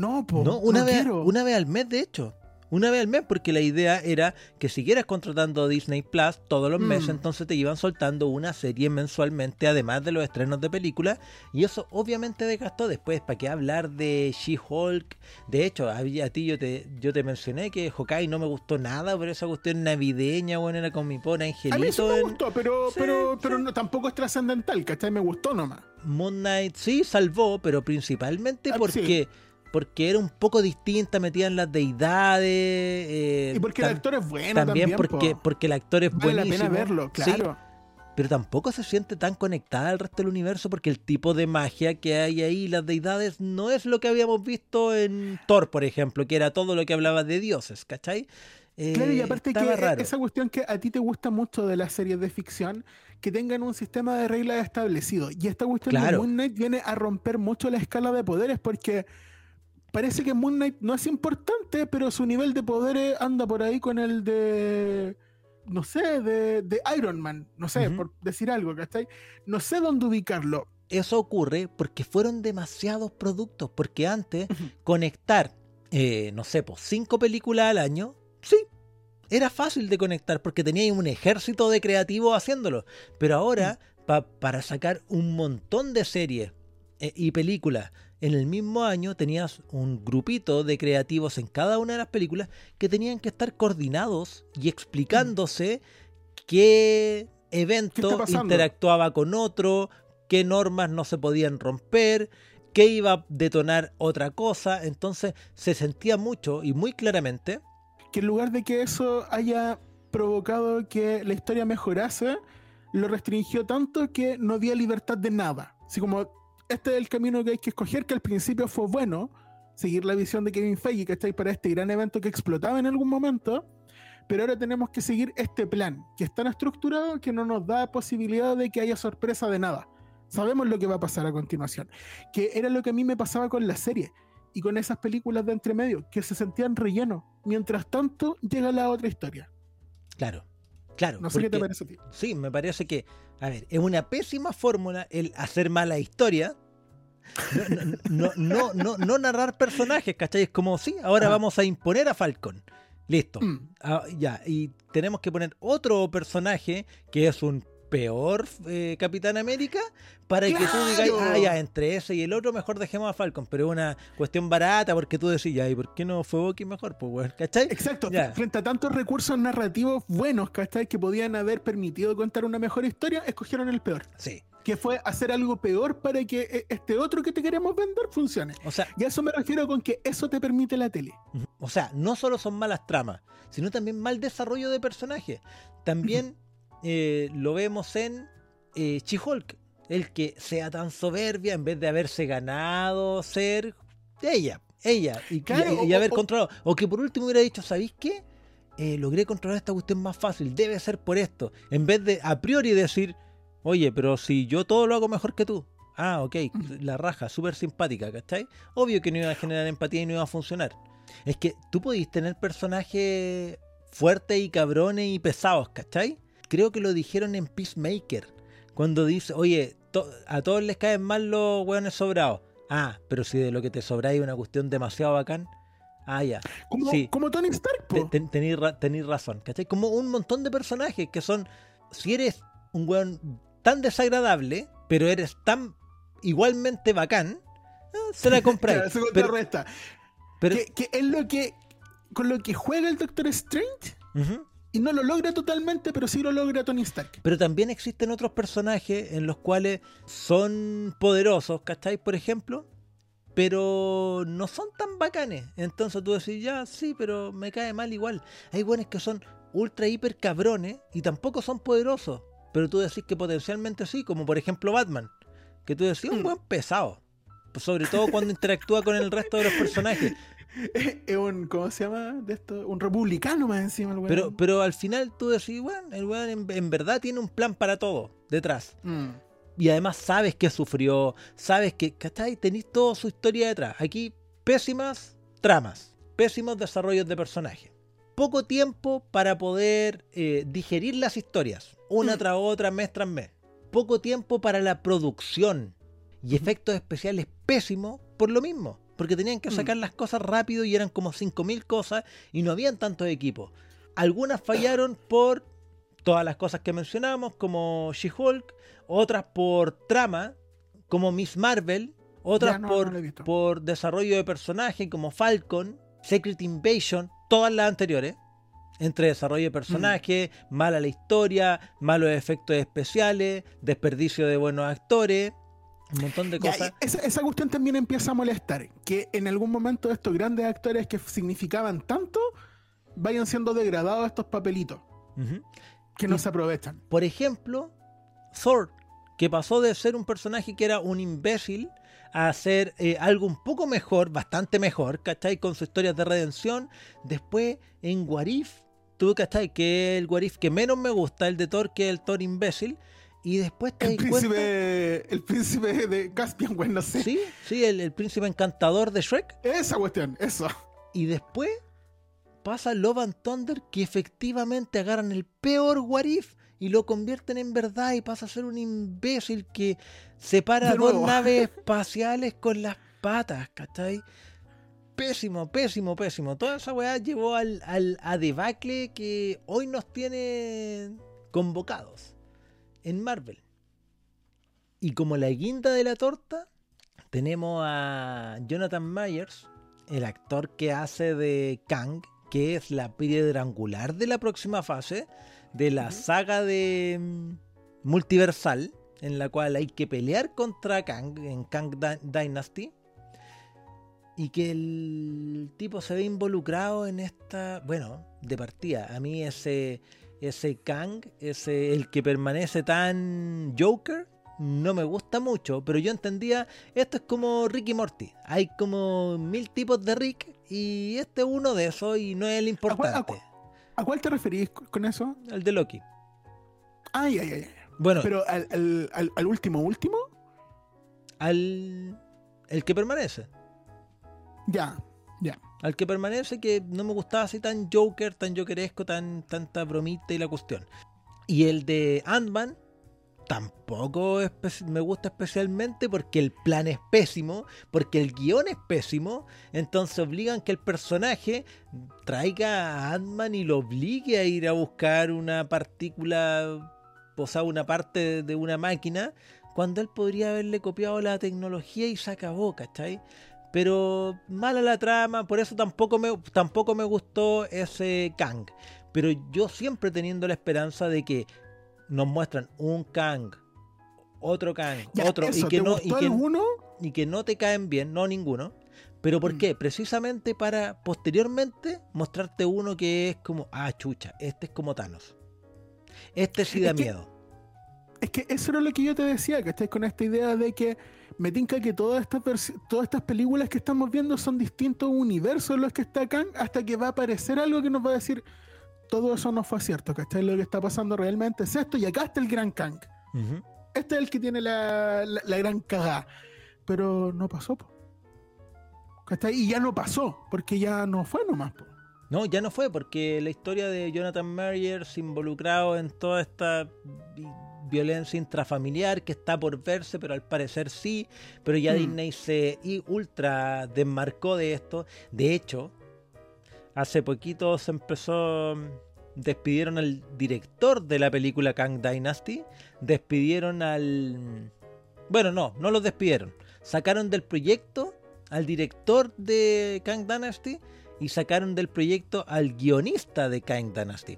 una vez al mes, de hecho. Una vez al mes, porque la idea era que siguieras contratando Disney Plus todos los meses, entonces te iban soltando una serie mensualmente, además de los estrenos de películas, y eso obviamente desgastó. Después, ¿para qué hablar de She-Hulk? De hecho, a ti yo te mencioné que Hawkeye no me gustó nada por esa cuestión navideña, bueno, era con mi pobre angelito. A mí sí me gustó, pero no, tampoco es trascendental, ¿cachai? Me gustó nomás. Moon Knight sí salvó, pero principalmente porque era un poco distinta, metían las deidades. Y porque el actor es bueno también. Porque el actor es buenísimo. Vale la pena verlo, claro. Sí, pero tampoco se siente tan conectada al resto del universo, porque el tipo de magia que hay ahí, las deidades, no es lo que habíamos visto en Thor, por ejemplo, que era todo lo que hablaba de dioses, ¿cachai? Claro, y aparte que raro. Esa cuestión que a ti te gusta mucho de las series de ficción, que tengan un sistema de reglas establecido. Y esta cuestión de Moon Knight viene a romper mucho la escala de poderes, porque... Parece que Moon Knight no es importante, pero su nivel de poderes anda por ahí con el de... No sé, de Iron Man. No sé, por decir algo, ¿cachai? No sé dónde ubicarlo. Eso ocurre porque fueron demasiados productos. Porque antes, conectar, 5 películas al año, sí, era fácil de conectar porque tenía un ejército de creativos haciéndolo. Pero ahora, para sacar un montón de series y películas en el mismo año, tenías un grupito de creativos en cada una de las películas que tenían que estar coordinados y explicándose qué evento interactuaba con otro, qué normas no se podían romper, qué iba a detonar otra cosa. Entonces se sentía mucho y muy claramente que en lugar de que eso haya provocado que la historia mejorase, lo restringió tanto que no había libertad de nada. Así como... Este es el camino que hay que escoger, que al principio fue bueno, seguir la visión de Kevin Feige, que está ahí para este gran evento que explotaba en algún momento, pero ahora tenemos que seguir este plan, que es tan estructurado que no nos da posibilidad de que haya sorpresa de nada. Sabemos lo que va a pasar a continuación, que era lo que a mí me pasaba con la serie y con esas películas de entremedio, que se sentían relleno. Mientras tanto, llega la otra historia. Claro. No sé qué te parece a ti. Sí, me parece que, a ver, es una pésima fórmula el hacer mala historia. No narrar personajes, ¿cachai? Es como, sí, ahora vamos a imponer a Falcon. Listo. Ya, y tenemos que poner otro personaje que es un peor Capitán América para que tú digas, ya, entre ese y el otro mejor dejemos a Falcon, pero es una cuestión barata porque tú decís, ya, ¿y por qué no fue Bucky mejor? Pues, bueno, ¿cachai? Exacto, frente a tantos recursos narrativos buenos, ¿cachai? Que podían haber permitido contar una mejor historia, escogieron el peor. Sí, que fue hacer algo peor para que este otro que te queremos vender funcione. O sea, y a eso me refiero con que eso te permite la tele. o sea, no solo son malas tramas, sino también mal desarrollo de personajes. También lo vemos en She-Hulk, el que sea tan soberbia en vez de haberse ganado ser ella, y, Claro, y haber controlado. O que por último hubiera dicho, ¿sabéis qué? Logré controlar esta cuestión más fácil, debe ser por esto. En vez de a priori decir, oye, pero si yo todo lo hago mejor que tú. Ah, ok, la raja, súper simpática, ¿cachai? Obvio que no iba a generar empatía y no iba a funcionar. Es que tú podís tener personajes fuertes y cabrones y pesados, ¿cachai? Creo que lo dijeron en Peacemaker, cuando dice, oye, a todos les caen mal los hueones sobrados. Ah, pero si de lo que te sobra es una cuestión demasiado bacán. Ah, ya. Sí. Como Tony Stark, po. Tenéis razón, ¿cachai? Como un montón de personajes que son, si eres un hueón tan desagradable, pero eres tan igualmente bacán, se la compráis. Claro, se contrarresta. Pero que es lo que con lo que juega el Doctor Strange, y no lo logra totalmente, pero sí lo logra Tony Stark. Pero también existen otros personajes en los cuales son poderosos, ¿cachai? Por ejemplo, pero no son tan bacanes. Entonces tú decís, ya, sí, pero me cae mal igual. Hay buenos que son ultra hiper cabrones y tampoco son poderosos, pero tú decís que potencialmente sí, como por ejemplo Batman, que tú decís un buen pesado, sobre todo cuando interactúa con el resto de los personajes. Es un, ¿cómo se llama? De esto, un republicano más encima el weón. Pero al final tú decís, bueno, el weón en verdad tiene un plan para todo detrás. Y además sabes que sufrió, sabes que, ¿cachai? Tenéis toda su historia detrás. Aquí, pésimas tramas, pésimos desarrollos de personajes. Poco tiempo para poder digerir las historias, una tras otra, mes tras mes. Poco tiempo para la producción. Y efectos especiales pésimos por lo mismo. Porque tenían que sacar las cosas rápido y eran como 5.000 cosas y no habían tantos equipos. Algunas fallaron por todas las cosas que mencionamos, como She-Hulk, otras por trama, como Miss Marvel, otras por desarrollo de personaje, como Falcon, Secret Invasion, todas las anteriores. Entre desarrollo de personaje, mala la historia, malos efectos especiales, desperdicio de buenos actores, un montón de cosas. Esa cuestión también empieza a molestar, que en algún momento estos grandes actores que significaban tanto vayan siendo degradados estos papelitos que no se aprovechan. Por ejemplo, Thor, que pasó de ser un personaje que era un imbécil a ser algo un poco mejor, bastante mejor, ¿cachai? Con sus historias de redención. Después en What If, tú, ¿cachai? Que es el What If que menos me gusta, el de Thor, que es el Thor imbécil. Y después te das cuenta... El príncipe de Caspian, güey, no sé. Sí, el príncipe encantador de Shrek. Esa cuestión, eso. Y después pasa Love and Thunder, que efectivamente agarran el peor What If y lo convierten en verdad y pasa a ser un imbécil que separa dos naves espaciales con las patas, ¿cachai? Pésimo, pésimo, pésimo. Toda esa weá llevó a debacle que hoy nos tiene convocados en Marvel. Y como la guinda de la torta, tenemos a Jonathan Myers, el actor que hace de Kang, que es la piedra angular de la próxima fase de la saga de multiversal, en la cual hay que pelear contra Kang en Kang Dynasty, y que el tipo se ve involucrado en esta, bueno, de partida. A mí ese Kang, el que permanece tan Joker, no me gusta mucho, pero yo entendía, esto es como Rick y Morty, hay como 1000 tipos de Rick y este es uno de esos y no es el importante. ¿A cuál te referís con eso? El de Loki. Ay. Bueno, pero al último, el que permanece. Ya. Al que permanece, que no me gustaba así tan Joker, tan jokeresco, tanta bromita y la cuestión. Y el de Ant-Man tampoco me gusta especialmente porque el plan es pésimo, porque el guión es pésimo, entonces obligan que el personaje traiga a Ant-Man y lo obligue a ir a buscar una partícula, o sea, una parte de una máquina, cuando él podría haberle copiado la tecnología y se acabó, ¿cachai? Pero mala la trama, por eso tampoco me gustó ese Kang. Pero yo siempre teniendo la esperanza de que nos muestran un Kang otro Kang, Ya, otro, eso, y que ¿te no, gustó alguno? y que no te caen bien, no ninguno. ¿Pero por qué? Precisamente para posteriormente mostrarte uno que es como, ah, chucha, este es como Thanos. Este sí da Es que, miedo. es que eso era lo que yo te decía, ¿cachai? Con esta idea de que me tinca que todas estas películas que estamos viendo son distintos universos en los que está Kang, hasta que va a aparecer algo que nos va a decir, todo eso no fue cierto, ¿cachai? Lo que está pasando realmente es esto, y acá está el gran Kang. Ujú. Este es el que tiene la gran cagada. Pero no pasó, po. ¿Cachai? Y ya no pasó, porque ya no fue nomás, po. No, ya no fue, porque la historia de Jonathan Majors involucrado en toda esta violencia intrafamiliar que está por verse, pero al parecer sí, pero ya Disney se ultra desmarcó de esto. De hecho, hace poquito se empezó, despidieron al director de la película Kang Dynasty, despidieron al... Bueno, no los despidieron, sacaron del proyecto al director de Kang Dynasty y sacaron del proyecto al guionista de Kang Dynasty.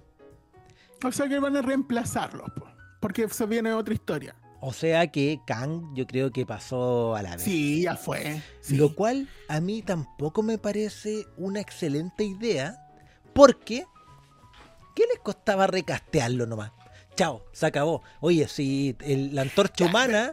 O sea que van a reemplazarlos, po, porque se viene otra historia. O sea que Kang yo creo que pasó a la vez. Sí, ya fue. Sí. Lo cual a mí tampoco me parece una excelente idea, porque ¿qué les costaba recastearlo nomás? Chao, se acabó. Oye, si la antorcha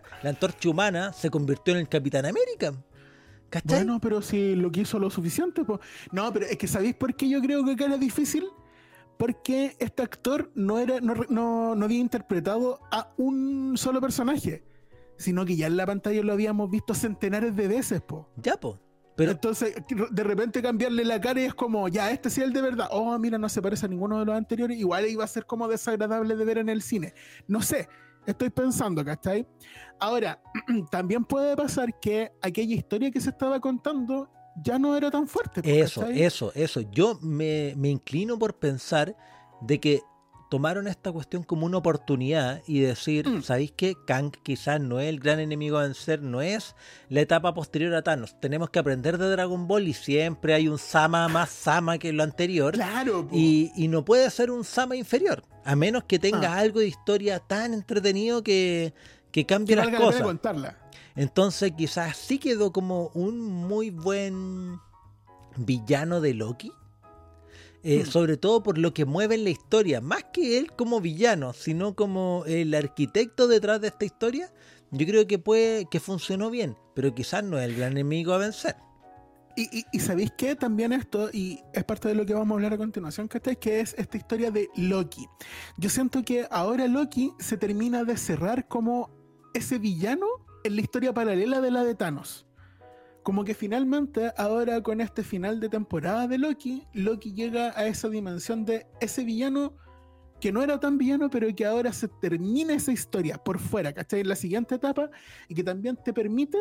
humana se convirtió en el Capitán América. ¿Cachai? Bueno, pero si lo quiso lo suficiente, pues. No, pero es que ¿sabéis por qué yo creo que acá era difícil? Porque este actor no había interpretado a un solo personaje, sino que ya en la pantalla lo habíamos visto centenares de veces, po. Ya, po. Pero entonces, de repente cambiarle la cara y es como, ya, este sí es el de verdad. Oh, mira, no se parece a ninguno de los anteriores. Igual iba a ser como desagradable de ver en el cine. No sé, estoy pensando, ¿cachai? Ahora, también puede pasar que aquella historia que se estaba contando ya no era tan fuerte. ¿Cachai? Eso. Yo me inclino por pensar de que tomaron esta cuestión como una oportunidad y decir, ¿sabéis qué? Kang quizás no es el gran enemigo a vencer, no es la etapa posterior a Thanos. Tenemos que aprender de Dragon Ball y siempre hay un Sama más Sama que lo anterior. Claro. Y no puede ser un Sama inferior, a menos que tenga algo de historia tan entretenido que cambie las cosas. Entonces quizás sí quedó como un muy buen villano de Loki. Sobre todo por lo que mueve en la historia, más que él como villano, sino como el arquitecto detrás de esta historia. Yo creo que funcionó bien, pero quizás no es el gran enemigo a vencer. Y ¿sabéis qué? También esto, y es parte de lo que vamos a hablar a continuación, ¿cachai? Que es esta historia de Loki. Yo siento que ahora Loki se termina de cerrar como ese villano en la historia paralela de la de Thanos. Como que finalmente, ahora con este final de temporada de Loki llega a esa dimensión de ese villano que no era tan villano, pero que ahora se termina esa historia por fuera, ¿cachai? En la siguiente etapa, y que también te permite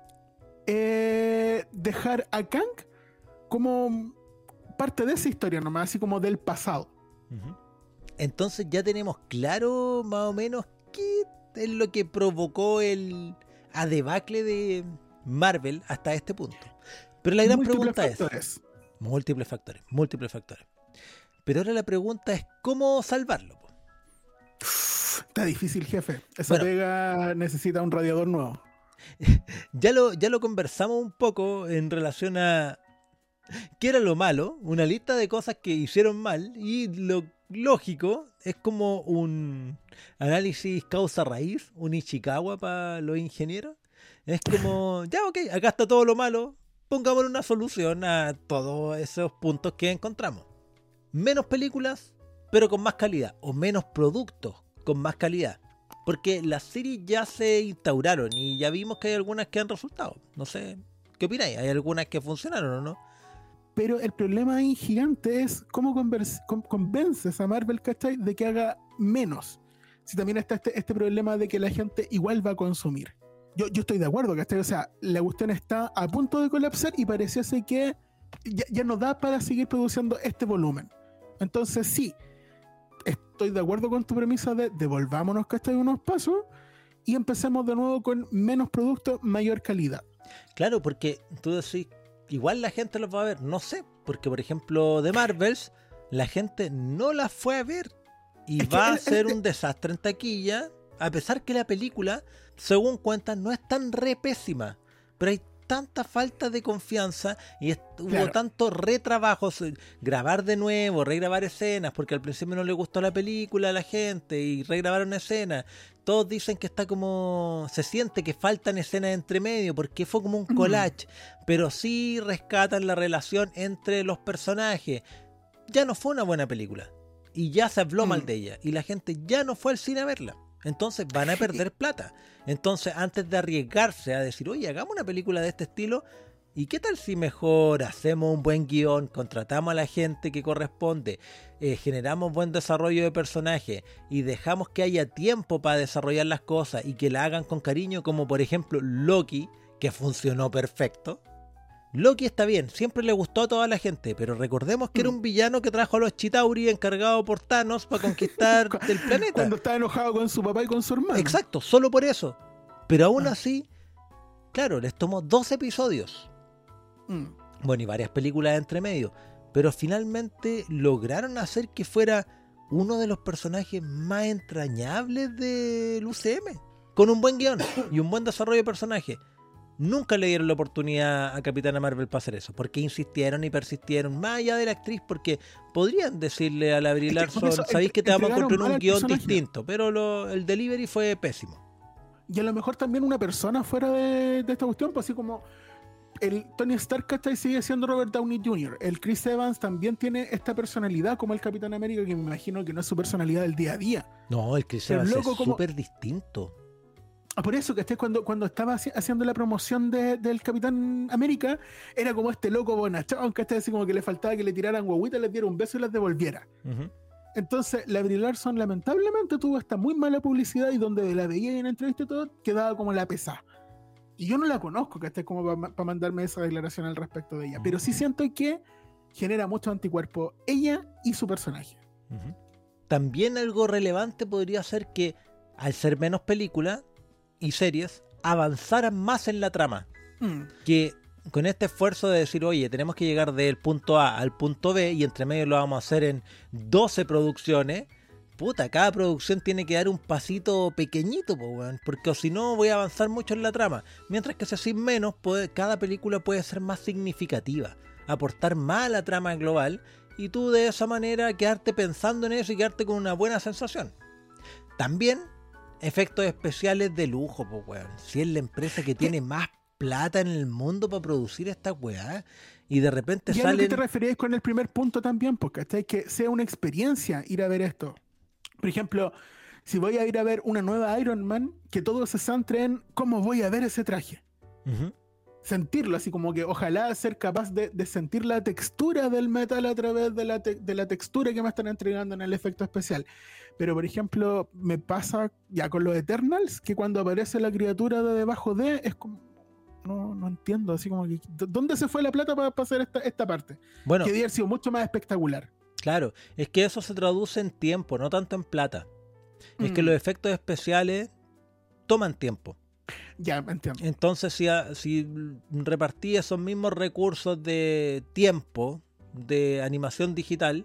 dejar a Kang como parte de esa historia nomás, así como del pasado. Entonces ya tenemos claro más o menos qué es lo que provocó el debacle de Marvel hasta este punto. Pero la gran pregunta es múltiples factores. Pero ahora la pregunta es ¿cómo salvarlo? Está difícil, jefe. Esa pega necesita un radiador nuevo. Ya lo conversamos un poco en relación a qué era lo malo, una lista de cosas que hicieron mal, y lo lógico es como un análisis causa-raíz, un Ichikawa para los ingenieros. Es como, ya ok, acá está todo lo malo, pongámosle una solución a todos esos puntos que encontramos. Menos películas, pero con más calidad, o menos productos con más calidad. Porque las series ya se instauraron y ya vimos que hay algunas que han resultado. No sé, ¿qué opináis? ¿Hay algunas que funcionaron o no? Pero el problema ahí gigante es cómo convences a Marvel, ¿cachai? De que haga menos. Si también está este problema de que la gente igual va a consumir. Yo estoy de acuerdo, ¿cachai? O sea, la cuestión está a punto de colapsar y pareciese que ya no da para seguir produciendo este volumen. Entonces sí, estoy de acuerdo con tu premisa de devolvámonos, ¿cachai? Unos pasos y empecemos de nuevo con menos productos, mayor calidad. Claro, porque tú decís, igual la gente los va a ver, no sé, porque por ejemplo de Marvels, la gente no las fue a ver y va a ser un desastre en taquilla, A pesar que la película, según cuentan, no es tan re pésima, pero hay tanta falta de confianza y hubo tanto retrabajos, grabar de nuevo, regrabar escenas, porque al principio no le gustó la película a la gente y regrabaron escenas. Todos dicen que está como... se siente que faltan escenas entre medio porque fue como un collage, pero sí rescatan la relación entre los personajes. Ya no fue una buena película y ya se habló mal de ella y la gente ya no fue al cine a verla. Entonces van a perder plata. Entonces, antes de arriesgarse a decir, oye, hagamos una película de este estilo, ¿y qué tal si mejor hacemos un buen guión, contratamos a la gente que corresponde, generamos buen desarrollo de personaje y dejamos que haya tiempo para desarrollar las cosas y que la hagan con cariño, como por ejemplo Loki, que funcionó perfecto? Loki está bien, siempre le gustó a toda la gente, pero recordemos que era un villano que trajo a los Chitauri encargado por Thanos para conquistar el planeta. Cuando estaba enojado con su papá y con su hermano. Exacto, solo por eso. Pero aún así, claro, les tomó 2 episodios. Bueno, y varias películas entre medio. Pero finalmente lograron hacer que fuera uno de los personajes más entrañables del UCM. Con un buen guión y un buen desarrollo de personaje. Nunca le dieron la oportunidad a Capitana Marvel para hacer eso, porque insistieron y persistieron, más allá de la actriz, porque podrían decirle a la Brie Larson, sabéis que te vamos a encontrar un guión distinto, pero el delivery fue pésimo. Y a lo mejor también una persona fuera de esta cuestión, pues así como el Tony Stark, ¿cachai? Sigue siendo Robert Downey Jr. El Chris Evans también tiene esta personalidad como el Capitán América, que me imagino que no es su personalidad del día a día. No, el Chris Evans es súper distinto. Por eso que cuando estaba haciendo la promoción del Capitán América, era como este loco bonachón, que así como que le faltaba que le tiraran guaguitas, les diera un beso y las devolviera. Entonces la Brie Larson lamentablemente tuvo esta muy mala publicidad y donde la veía en entrevista y todo, quedaba como la pesada. Y yo no la conozco, que esté como para mandarme esa declaración al respecto de ella, pero sí siento que genera mucho anticuerpo ella y su personaje. También algo relevante podría ser que al ser menos película y series, avanzaran más en la trama. Que con este esfuerzo de decir, oye, tenemos que llegar del punto A al punto B y entre medio lo vamos a hacer en 12 producciones, puta, cada producción tiene que dar un pasito pequeñito, porque o si no voy a avanzar mucho en la trama. Mientras que si así menos, cada película puede ser más significativa, aportar más a la trama global y tú de esa manera quedarte pensando en eso y quedarte con una buena sensación. También efectos especiales de lujo, pues weón. Si es la empresa que tiene más plata en el mundo para producir esta weá y de repente salen... ¿Y a lo que te referías con el primer punto también? Porque hasta que sea una experiencia ir a ver esto. Por ejemplo, si voy a ir a ver una nueva Iron Man, que todo se centre en cómo voy a ver ese traje. Sentirlo, así como que ojalá ser capaz de sentir la textura del metal a través de la textura que me están entregando en el efecto especial. Pero por ejemplo, me pasa ya con los Eternals, que cuando aparece la criatura de debajo de, es como, no entiendo, así como que, ¿dónde se fue la plata para hacer esta parte? Bueno, que debe haber sido mucho más espectacular. Claro, es que eso se traduce en tiempo, no tanto en plata. Es que los efectos especiales toman tiempo. Ya, entiendo. Entonces, si repartí esos mismos recursos de tiempo de animación digital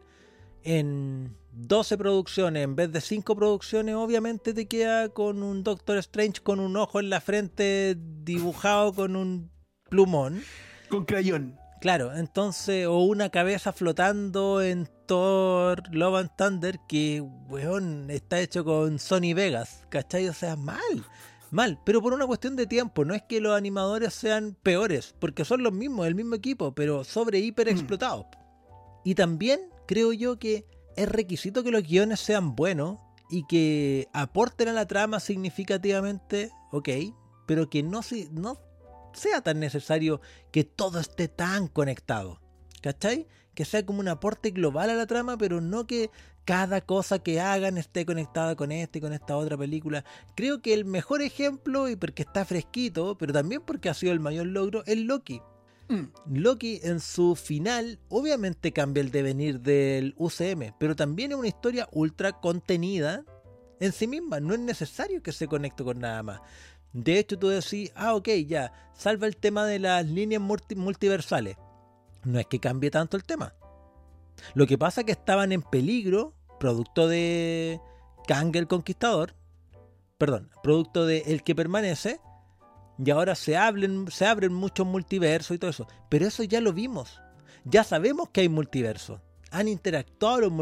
en 12 producciones en vez de 5 producciones, obviamente te queda con un Doctor Strange con un ojo en la frente dibujado con un plumón. Con crayón. Claro, entonces, o una cabeza flotando en Thor Love and Thunder que, weón, está hecho con Sony Vegas, ¿cachai? O sea, mal, pero por una cuestión de tiempo, no es que los animadores sean peores, porque son los mismos, el mismo equipo, pero hiper explotados. Y también creo yo que es requisito que los guiones sean buenos y que aporten a la trama significativamente, ok, pero que no sea tan necesario que todo esté tan conectado, ¿cachai? Que sea como un aporte global a la trama, pero no que cada cosa que hagan esté conectada con esta y con esta otra película. Creo que el mejor ejemplo, y porque está fresquito, pero también porque ha sido el mayor logro, es Loki. Loki en su final obviamente cambia el devenir del UCM, pero también es una historia ultra contenida en sí misma, no es necesario que se conecte con nada más. De hecho tú decís, ok, ya, salva el tema de las líneas multiversales. No es que cambie tanto el tema. Lo que pasa es que estaban en peligro, producto de Kang el Conquistador, producto de El que permanece, y ahora se abren muchos multiversos y todo eso. Pero eso ya lo vimos. Ya sabemos que hay multiversos. Han interactuado los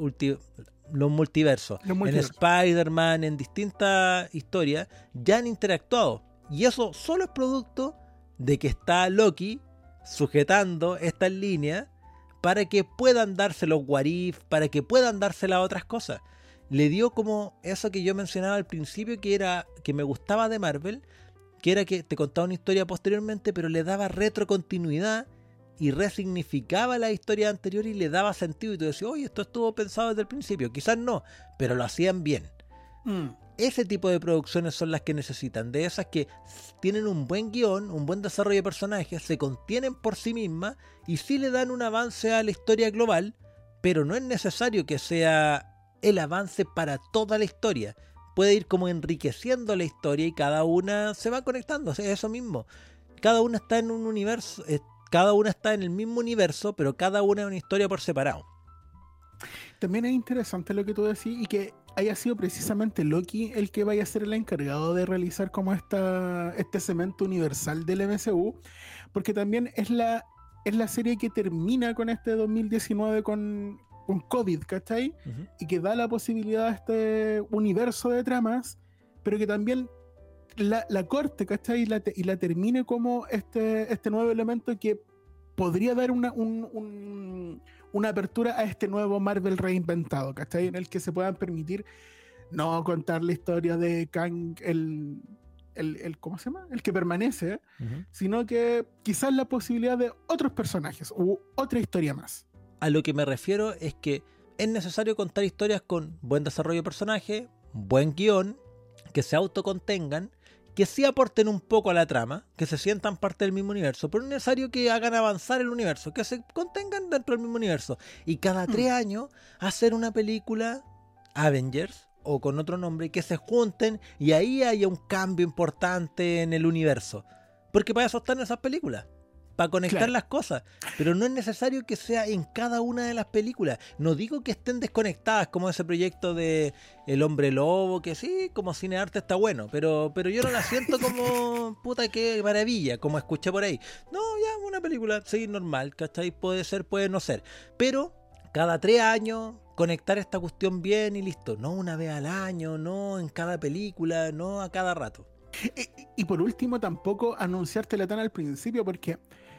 multiversos. En Spider-Man, en distintas historias, ya han interactuado. Y eso solo es producto de que está Loki sujetando estas líneas para que puedan darse los what if, para que puedan darse las otras cosas. Le dio como eso que yo mencionaba al principio, que me gustaba de Marvel, que era que te contaba una historia posteriormente, pero le daba retrocontinuidad y resignificaba la historia anterior y le daba sentido. Y tú decías, oye, esto estuvo pensado desde el principio. Quizás no, pero lo hacían bien. Ese tipo de producciones son las que necesitan, de esas que tienen un buen guión, un buen desarrollo de personajes, se contienen por sí mismas y sí le dan un avance a la historia global, pero no es necesario que sea el avance para toda la historia. Puede ir como enriqueciendo la historia y cada una se va conectando, es eso mismo. Cada una está en un universo, cada una está en el mismo universo, pero cada una es una historia por separado. También es interesante lo que tú decís y que haya sido precisamente Loki el que vaya a ser el encargado de realizar como este cemento universal del MCU, porque también es la serie que termina con este 2019 con COVID, ¿cachai? Y que da la posibilidad a este universo de tramas, pero que también la corte, ¿cachai? Y la termine como este nuevo elemento que podría dar una apertura a este nuevo Marvel reinventado, ¿cachai? En el que se puedan permitir no contar la historia de Kang, el ¿cómo se llama? El que permanece, sino que quizás la posibilidad de otros personajes u otra historia más. A lo que me refiero es que es necesario contar historias con buen desarrollo de personaje, buen guión, que se autocontengan, que sí aporten un poco a la trama, que se sientan parte del mismo universo, pero no es necesario que hagan avanzar el universo, que se contengan dentro del mismo universo. Y cada 3 años hacer una película Avengers o con otro nombre, que se junten y ahí haya un cambio importante en el universo. Porque para eso están esas películas, para conectar las cosas, pero no es necesario que sea en cada una de las películas. No digo que estén desconectadas como ese proyecto de El Hombre Lobo, que sí, como cinearte está bueno, pero yo no la siento como puta que maravilla, como escuché por ahí. No, ya una película, sí, normal, ¿cachai? Puede ser, puede no ser, pero cada 3 años conectar esta cuestión bien y listo, no una vez al año, no en cada película, no a cada rato. Y por último, tampoco anunciártela tan al principio, porque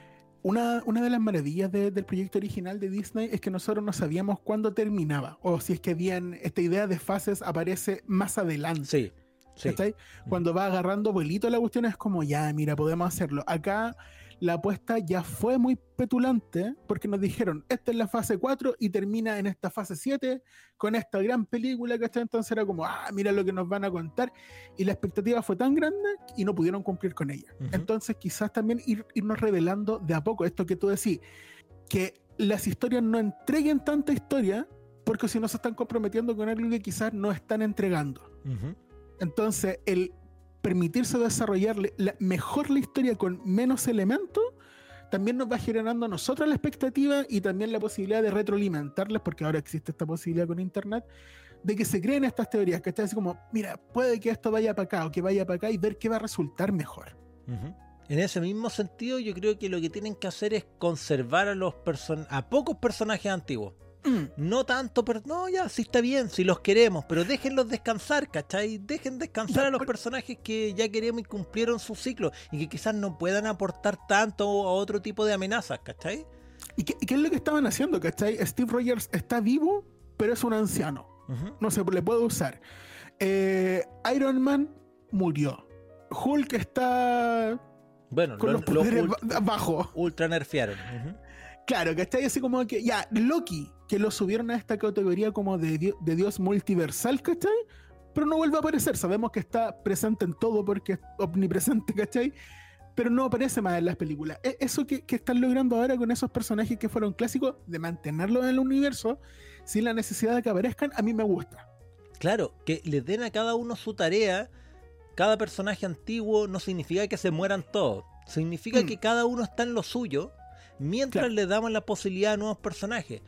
una de las maravillas del proyecto original de Disney es que nosotros no sabíamos cuándo terminaba, o si es que bien esta idea de fases aparece más adelante. Sí. ¿Cachai? Cuando va agarrando vuelito la cuestión es como, ya, mira, podemos hacerlo. Acá la apuesta ya fue muy petulante porque nos dijeron, esta es la fase 4 y termina en esta fase 7 con esta gran película, ¿cachai? Entonces era como, mira lo que nos van a contar, y la expectativa fue tan grande y no pudieron cumplir con ella. Entonces quizás también irnos revelando de a poco esto que tú decís, que las historias no entreguen tanta historia, porque si no se están comprometiendo con algo que quizás no están entregando. Entonces el permitirse desarrollar mejor la historia con menos elementos también nos va generando a nosotros la expectativa y también la posibilidad de retroalimentarlas, porque ahora existe esta posibilidad con internet de que se creen estas teorías, que está así como, mira, puede que esto vaya para acá o que vaya para acá, y ver qué va a resultar mejor. En ese mismo sentido, yo creo que lo que tienen que hacer es conservar a pocos personajes antiguos. No tanto, pero no, ya, sí está bien, si los queremos, pero déjenlos descansar, ¿cachai? Dejen descansar a los personajes que ya queremos y cumplieron su ciclo y que quizás no puedan aportar tanto a otro tipo de amenazas, ¿cachai? ¿Y qué es lo que estaban haciendo, cachai? Steve Rogers está vivo, pero es un anciano. No se le puede usar. Iron Man murió. Hulk está... Bueno, con los poderes bajos. Ultra nerfearon. Claro, ¿cachai? Así como que ya, Loki, que lo subieron a esta categoría como de dios multiversal, ¿cachai? Pero no vuelve a aparecer. Sabemos que está presente en todo porque es omnipresente, ¿cachai? Pero no aparece más en las películas. Eso que están logrando ahora con esos personajes que fueron clásicos, de mantenerlos en el universo sin la necesidad de que aparezcan, a mí me gusta. Claro, que les den a cada uno su tarea. Cada personaje antiguo no significa que se mueran todos. Significa que cada uno está en lo suyo, mientras Claro. le damos la posibilidad a nuevos personajes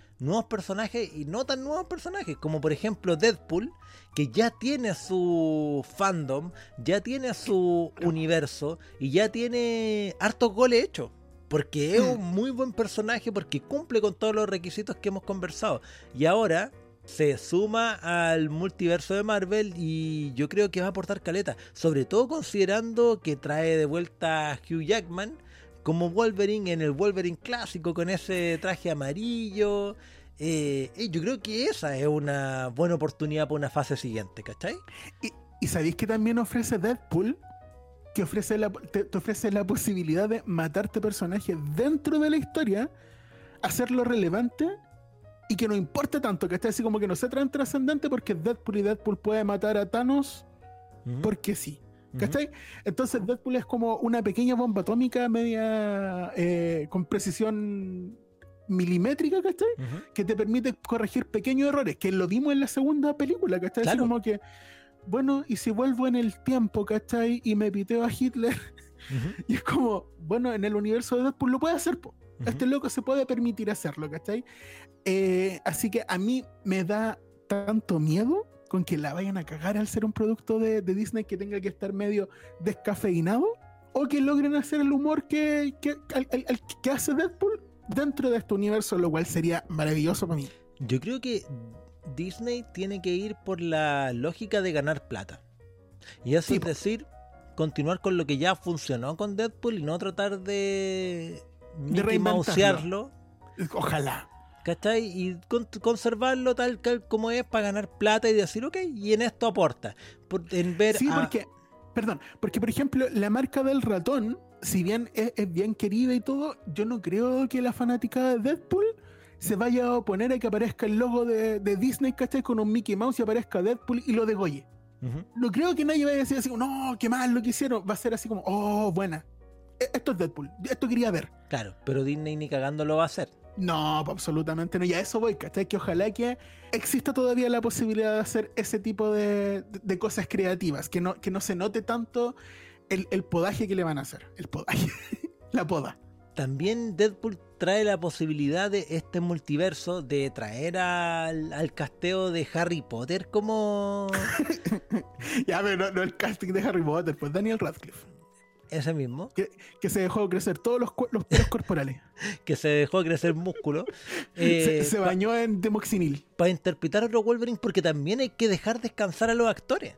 y no tan nuevos personajes, como por ejemplo Deadpool, que ya tiene su fandom, ya tiene su universo y ya tiene hartos goles hechos. Porque es un muy buen personaje, porque cumple con todos los requisitos que hemos conversado. Y ahora se suma al multiverso de Marvel y yo creo que va a aportar caleta. Sobre todo considerando que trae de vuelta a Hugh Jackman como Wolverine en el Wolverine clásico con ese traje amarillo. Yo creo que esa es una buena oportunidad para una fase siguiente, ¿cachai? Y sabéis que también ofrece Deadpool, que te ofrece la posibilidad de matarte personajes dentro de la historia, hacerlo relevante y que no importe tanto, que esté así como que no sea tan trascendente porque es Deadpool y Deadpool puede matar a Thanos porque sí. ¿Cachai? Entonces Deadpool es como una pequeña bomba atómica media con precisión milimétrica, ¿cachai? Que te permite corregir pequeños errores, que lo vimos en la segunda película, ¿cachai? Claro. Así como que, bueno, y si vuelvo en el tiempo, ¿cachai? Y me piteo a Hitler, y es como, bueno, en el universo de Deadpool lo puede hacer, po. Este loco se puede permitir hacerlo, ¿cachai? Así que a mí me da tanto miedo con que la vayan a cagar al ser un producto de Disney que tenga que estar medio descafeinado, o que logren hacer el humor que hace Deadpool dentro de este universo, lo cual sería maravilloso para mí. Yo creo que Disney tiene que ir por la lógica de ganar plata. Y eso Sí, es decir, continuar con lo que ya funcionó con Deadpool y no tratar de Mickey Mousearlo. Ojalá. ¿Cachai? Y conservarlo tal como es para ganar plata y decir, ok, y en esto aporta. En ver sí, porque por ejemplo, la marca del ratón, si bien es bien querida y todo, yo no creo que la fanática de Deadpool se vaya a oponer a que aparezca el logo de Disney, ¿cachai? Con un Mickey Mouse y aparezca Deadpool y lo degolle. No creo que nadie vaya a decir así como, no, qué mal lo que hicieron. Va a ser así como, oh, buena. Esto es Deadpool, esto quería ver. Claro, pero Disney ni cagando lo va a hacer. No, absolutamente no. Y a eso voy, ¿cachai? Que ojalá que exista todavía la posibilidad de hacer ese tipo de cosas creativas, que no se note tanto el podaje que le van a hacer. El podaje, la poda. También Deadpool trae la posibilidad de este multiverso de traer al casteo de Harry Potter como... Ya, pero no el casting de Harry Potter, pues Daniel Radcliffe. Ese mismo. Que se dejó crecer todos los pelos corporales. Que se dejó crecer músculo. Se bañó en demoxinil. Para interpretar a otro Wolverine, porque también hay que dejar descansar a los actores.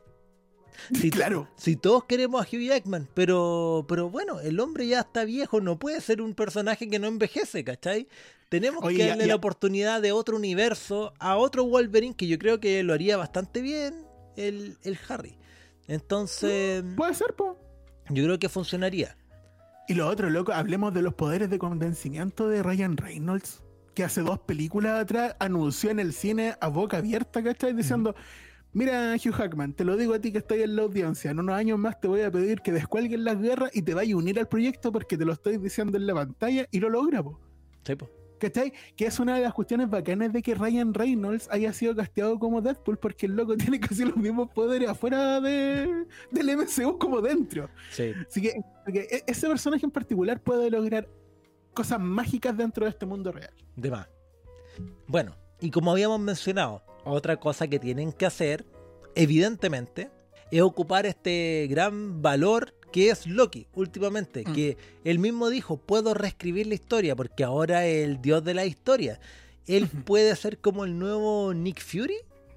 Claro. Si todos queremos a Hugh Jackman, pero bueno, el hombre ya está viejo, no puede ser un personaje que no envejece, ¿cachai? Tenemos que darle la oportunidad de otro universo a otro Wolverine que yo creo que lo haría bastante bien el Harry. Entonces... Puede ser, po. Yo creo que funcionaría. Y lo otro, loco, hablemos de los poderes de convencimiento de Ryan Reynolds, que hace 2 películas atrás anunció en el cine a boca abierta, ¿cachai? Diciendo, mira, Hugh Jackman, te lo digo a ti que estás en la audiencia, en unos años más te voy a pedir que descuelgues las guerras y te vayas a unir al proyecto porque te lo estoy diciendo en la pantalla, y lo logra, po. Sí, po. ¿Cachai? Que es una de las cuestiones bacanas de que Ryan Reynolds haya sido casteado como Deadpool, porque el loco tiene casi los mismos poderes afuera del MCU como dentro. Sí. Así que ese personaje en particular puede lograr cosas mágicas dentro de este mundo real. De más. Bueno, y como habíamos mencionado, otra cosa que tienen que hacer, evidentemente, es ocupar este gran valor que es Loki últimamente, que él mismo dijo, puedo reescribir la historia porque ahora es el dios de la historia. Él puede ser como el nuevo Nick Fury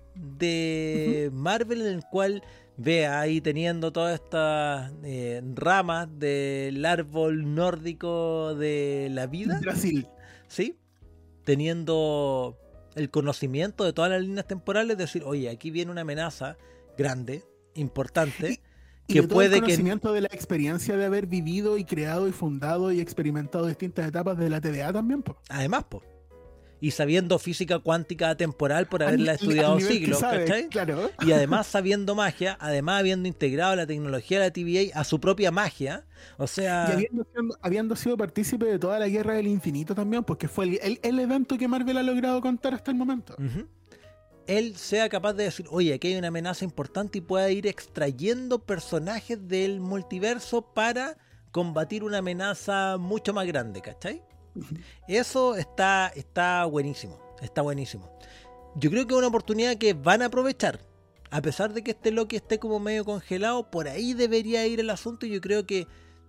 de Marvel, en el cual ve ahí teniendo todas estas ramas del árbol nórdico de la vida. Brasil. ¿Sí? Teniendo el conocimiento de todas las líneas temporales, decir, oye, aquí viene una amenaza grande, importante. Y que de todo puede el conocimiento de la experiencia de haber vivido y creado y fundado y experimentado distintas etapas de la TVA también, po. Además, po. Y sabiendo física cuántica temporal por haberla estudiado siglos, ¿cachai? Claro. Y además sabiendo magia, además habiendo integrado la tecnología de la TVA a su propia magia, o sea... Y habiendo sido partícipe de toda la Guerra del Infinito también, porque fue el evento que Marvel ha logrado contar hasta el momento. Él sea capaz de decir, oye, aquí hay una amenaza importante y pueda ir extrayendo personajes del multiverso para combatir una amenaza mucho más grande, ¿cachai? Eso está buenísimo. Está buenísimo. Yo creo que es una oportunidad que van a aprovechar. A pesar de que este Loki esté como medio congelado, por ahí debería ir el asunto. Y yo creo que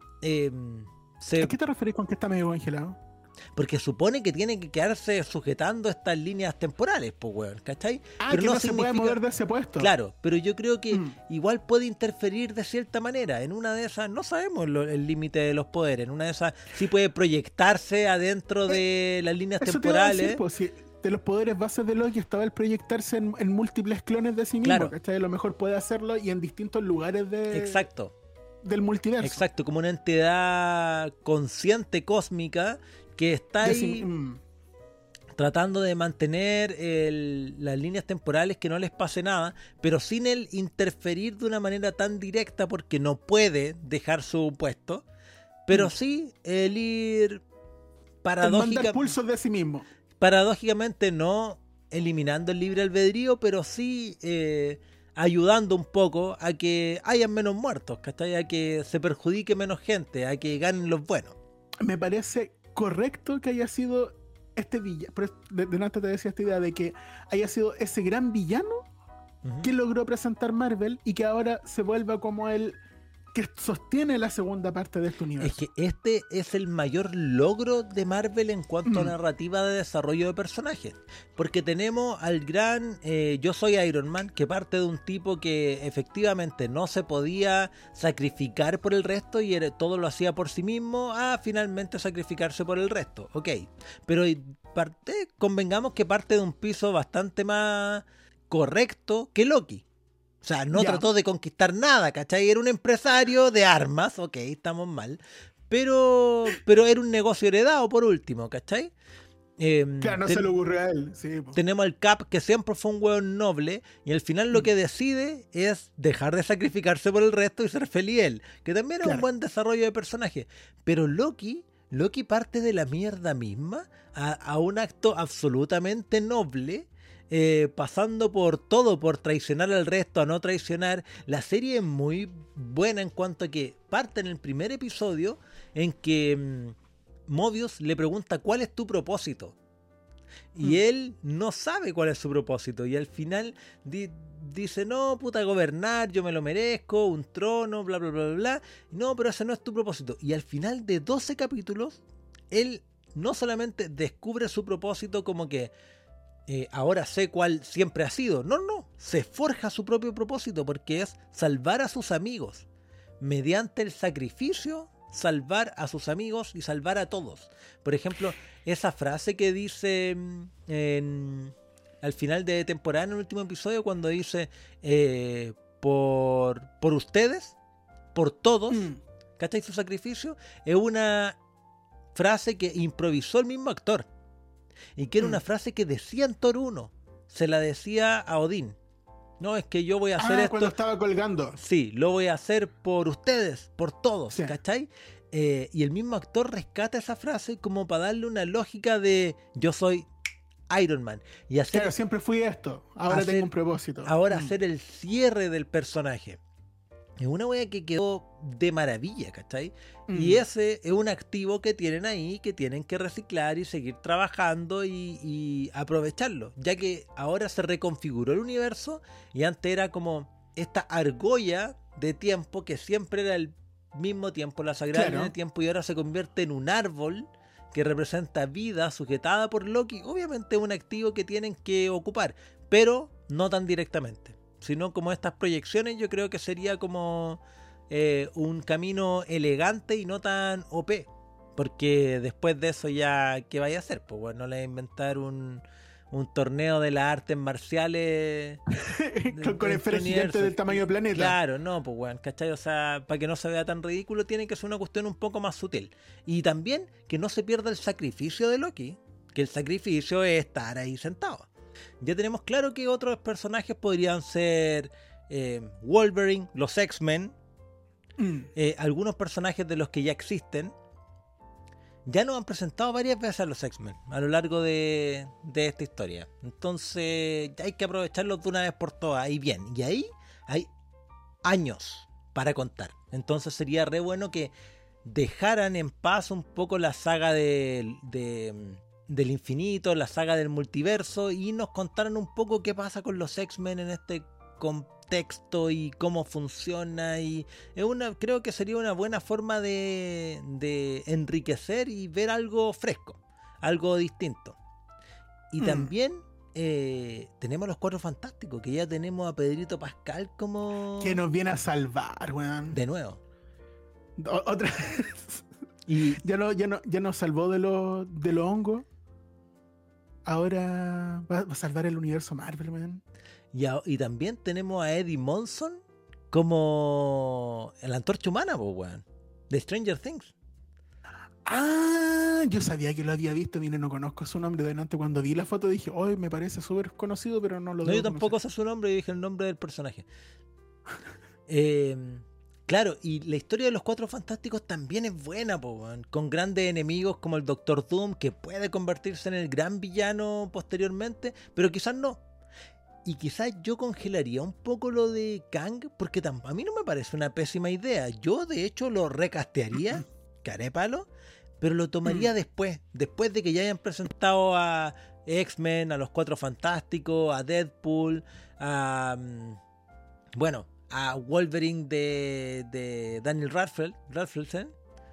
¿A qué te referís con que está medio congelado? porque supone que tiene que quedarse sujetando estas líneas temporales, pues, weón, ¿cachai? Pero que no se puede mover de ese puesto. Claro, pero yo creo que igual puede interferir de cierta manera. En una de esas, no sabemos el límite de los poderes. En una de esas sí puede proyectarse adentro de las líneas eso temporales. Te iba a decir, pues, si de los poderes bases de Loki estaba el proyectarse en múltiples clones de sí mismo, claro. ¿cachai? A lo mejor puede hacerlo y en distintos lugares Exacto. Del multiverso. Exacto, como una entidad consciente cósmica que está ahí tratando de mantener las líneas temporales, que no les pase nada, pero sin el interferir de una manera tan directa porque no puede dejar su puesto, pero sí el ir mandar pulsos de sí mismo. Paradójicamente no eliminando el libre albedrío, pero sí ayudando un poco a que hayan menos muertos, ¿cachai? A que se perjudique menos gente, a que ganen los buenos. Me parece correcto que haya sido este villano, de antes te decía esta idea de que haya sido ese gran villano que logró presentar Marvel y que ahora se vuelva como el que sostiene la segunda parte de este universo. Es que este es el mayor logro de Marvel en cuanto a narrativa de desarrollo de personajes, porque tenemos al gran Yo Soy Iron Man, que parte de un tipo que efectivamente no se podía sacrificar por el resto y todo lo hacía por sí mismo, a finalmente sacrificarse por el resto, ok, pero convengamos que parte de un piso bastante más correcto que Loki. O sea, no trató de conquistar nada, ¿cachai? Era un empresario de armas, ok, estamos mal. Pero era un negocio heredado por último, ¿cachai? Claro, no se le ocurrió a él. Sí, tenemos al Cap, que siempre fue un hueón noble, y al final lo que decide es dejar de sacrificarse por el resto y ser feliz él, que también es un buen desarrollo de personaje. Pero Loki parte de la mierda misma a un acto absolutamente noble, pasando por todo, por traicionar al resto, a no traicionar. La serie es muy buena en cuanto a que parte en el primer episodio en que Mobius le pregunta ¿cuál es tu propósito? Y él no sabe cuál es su propósito y al final dice no, puta, gobernar, yo me lo merezco, un trono, bla bla bla bla. No, pero ese no es tu propósito. Y al final de 12 capítulos él no solamente descubre su propósito como que ahora sé cuál siempre ha sido. No, se forja su propio propósito porque es salvar a sus amigos. Mediante el sacrificio, salvar a sus amigos y salvar a todos. Por ejemplo, esa frase que dice al final de temporada, en el último episodio, cuando dice por ustedes, por todos, ¿cachai? Su sacrificio es una frase que improvisó el mismo actor. Y que era una frase que decía en Thor 1. Se la decía a Odín. No, es que yo voy a hacer esto. Cuando estaba colgando. Sí, lo voy a hacer por ustedes, por todos, sí. ¿Cachai? Y el mismo actor rescata esa frase como para darle una lógica de yo soy Iron Man. Y hacer, claro, siempre fui esto. Ahora tengo un propósito. Ahora hacer el cierre del personaje. Es una wea que quedó de maravilla, ¿cachai? Y ese es un activo que tienen ahí, que tienen que reciclar y seguir trabajando y aprovecharlo, ya que ahora se reconfiguró el universo y antes era como esta argolla de tiempo que siempre era el mismo tiempo, la sagrada línea de tiempo, y ahora se convierte en un árbol que representa vida sujetada por Loki. Obviamente es un activo que tienen que ocupar, pero no tan directamente, sino como estas proyecciones. Yo creo que sería como un camino elegante y no tan OP, porque después de eso ya ¿qué vaya a hacer? Pues bueno, no le voy a inventar un torneo de las artes marciales con esferas gigantes del tamaño del planeta. Claro, no, pues bueno, ¿cachai? O sea, para que no se vea tan ridículo tiene que ser una cuestión un poco más sutil. Y también que no se pierda el sacrificio de Loki, que el sacrificio es estar ahí sentado. Ya tenemos claro que otros personajes podrían ser Wolverine, los X-Men, algunos personajes de los que ya existen. Ya nos han presentado varias veces a los X-Men a lo largo de esta historia. Entonces hay que aprovecharlos de una vez por todas. Y bien, y ahí hay años para contar. Entonces sería re bueno que dejaran en paz un poco la saga del infinito, la saga del multiverso, y nos contaran un poco qué pasa con los X-Men en este contexto y cómo funciona. Y creo que sería una buena forma de enriquecer y ver algo fresco, algo distinto. Y también tenemos los Cuatro Fantásticos, que ya tenemos a Pedrito Pascal como... Que nos viene a salvar, weón. De nuevo. Otra vez. Y ya nos salvó de los hongos. Ahora va a salvar el universo Marvel, weón. Y también tenemos a Eddie Monson como la Antorcha Humana, pues, weón. De Stranger Things. Ah, yo sabía que lo había visto. Mire, no conozco su nombre. De antes, cuando vi la foto dije, hoy me parece súper conocido, pero no lo No, debo yo tampoco conocer. sé su nombre, y dije el nombre del personaje. Claro, y la historia de los Cuatro Fantásticos también es buena, po, weón. Con grandes enemigos como el Doctor Doom, que puede convertirse en el gran villano posteriormente, pero quizás no. Y quizás yo congelaría un poco lo de Kang, porque a mí no me parece una pésima idea. Yo, de hecho, lo recastearía, carépalo, pero lo tomaría después de que ya hayan presentado a X-Men, a los Cuatro Fantásticos, a Deadpool, a Wolverine de Daniel Radcliffe,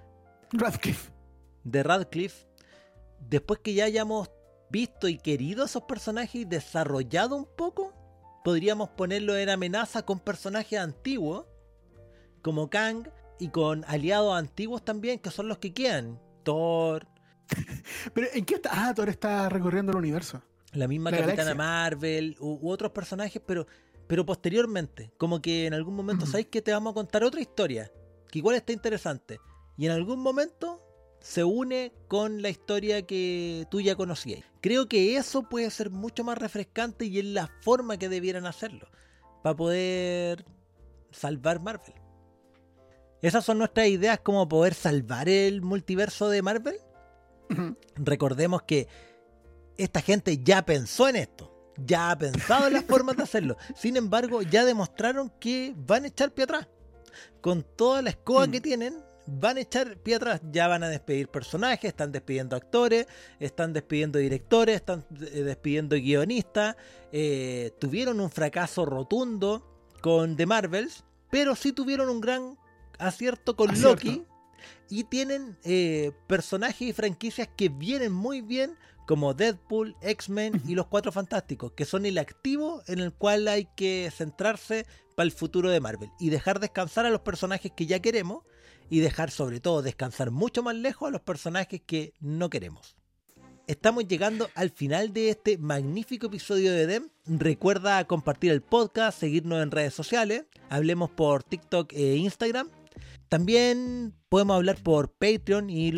de Radcliffe. Después que ya hayamos visto y querido a esos personajes y desarrollado un poco, podríamos ponerlo en amenaza con personajes antiguos como Kang y con aliados antiguos también, que son los que quedan. Thor. ¿Pero en qué está? Ah, Thor está recorriendo el universo. La misma Capitana Marvel u otros personajes, pero posteriormente. Como que en algún momento, ¿sabéis que te vamos a contar otra historia? Que igual está interesante. Y en algún momento se une con la historia que tú ya conocías. Creo que eso puede ser mucho más refrescante y es la forma que debieran hacerlo para poder salvar Marvel. Esas son nuestras ideas como poder salvar el multiverso de Marvel. Recordemos que esta gente ya pensó en esto, ya ha pensado en las formas de hacerlo. Sin embargo, ya demostraron que van a echar pie atrás. Con toda la escoba que tienen, van a echar pie atrás. Ya van a despedir personajes, están despidiendo actores, están despidiendo directores, están despidiendo guionistas. Tuvieron un fracaso rotundo con The Marvels, pero sí tuvieron un gran acierto con Loki. Y tienen personajes y franquicias que vienen muy bien, como Deadpool, X-Men y los Cuatro Fantásticos, que son el activo en el cual hay que centrarse para el futuro de Marvel y dejar descansar a los personajes que ya queremos y dejar sobre todo descansar mucho más lejos a los personajes que no queremos. Estamos llegando al final de este magnífico episodio de DEM. Recuerda compartir el podcast, seguirnos en redes sociales, hablemos por TikTok e Instagram. También podemos hablar por Patreon y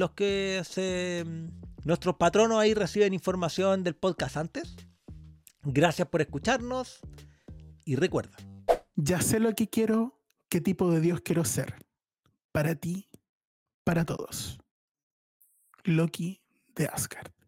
nuestros patronos ahí reciben información del podcast antes. Gracias por escucharnos y recuerda. Ya sé lo que quiero, qué tipo de Dios quiero ser. Para ti, para todos. Loki de Asgard.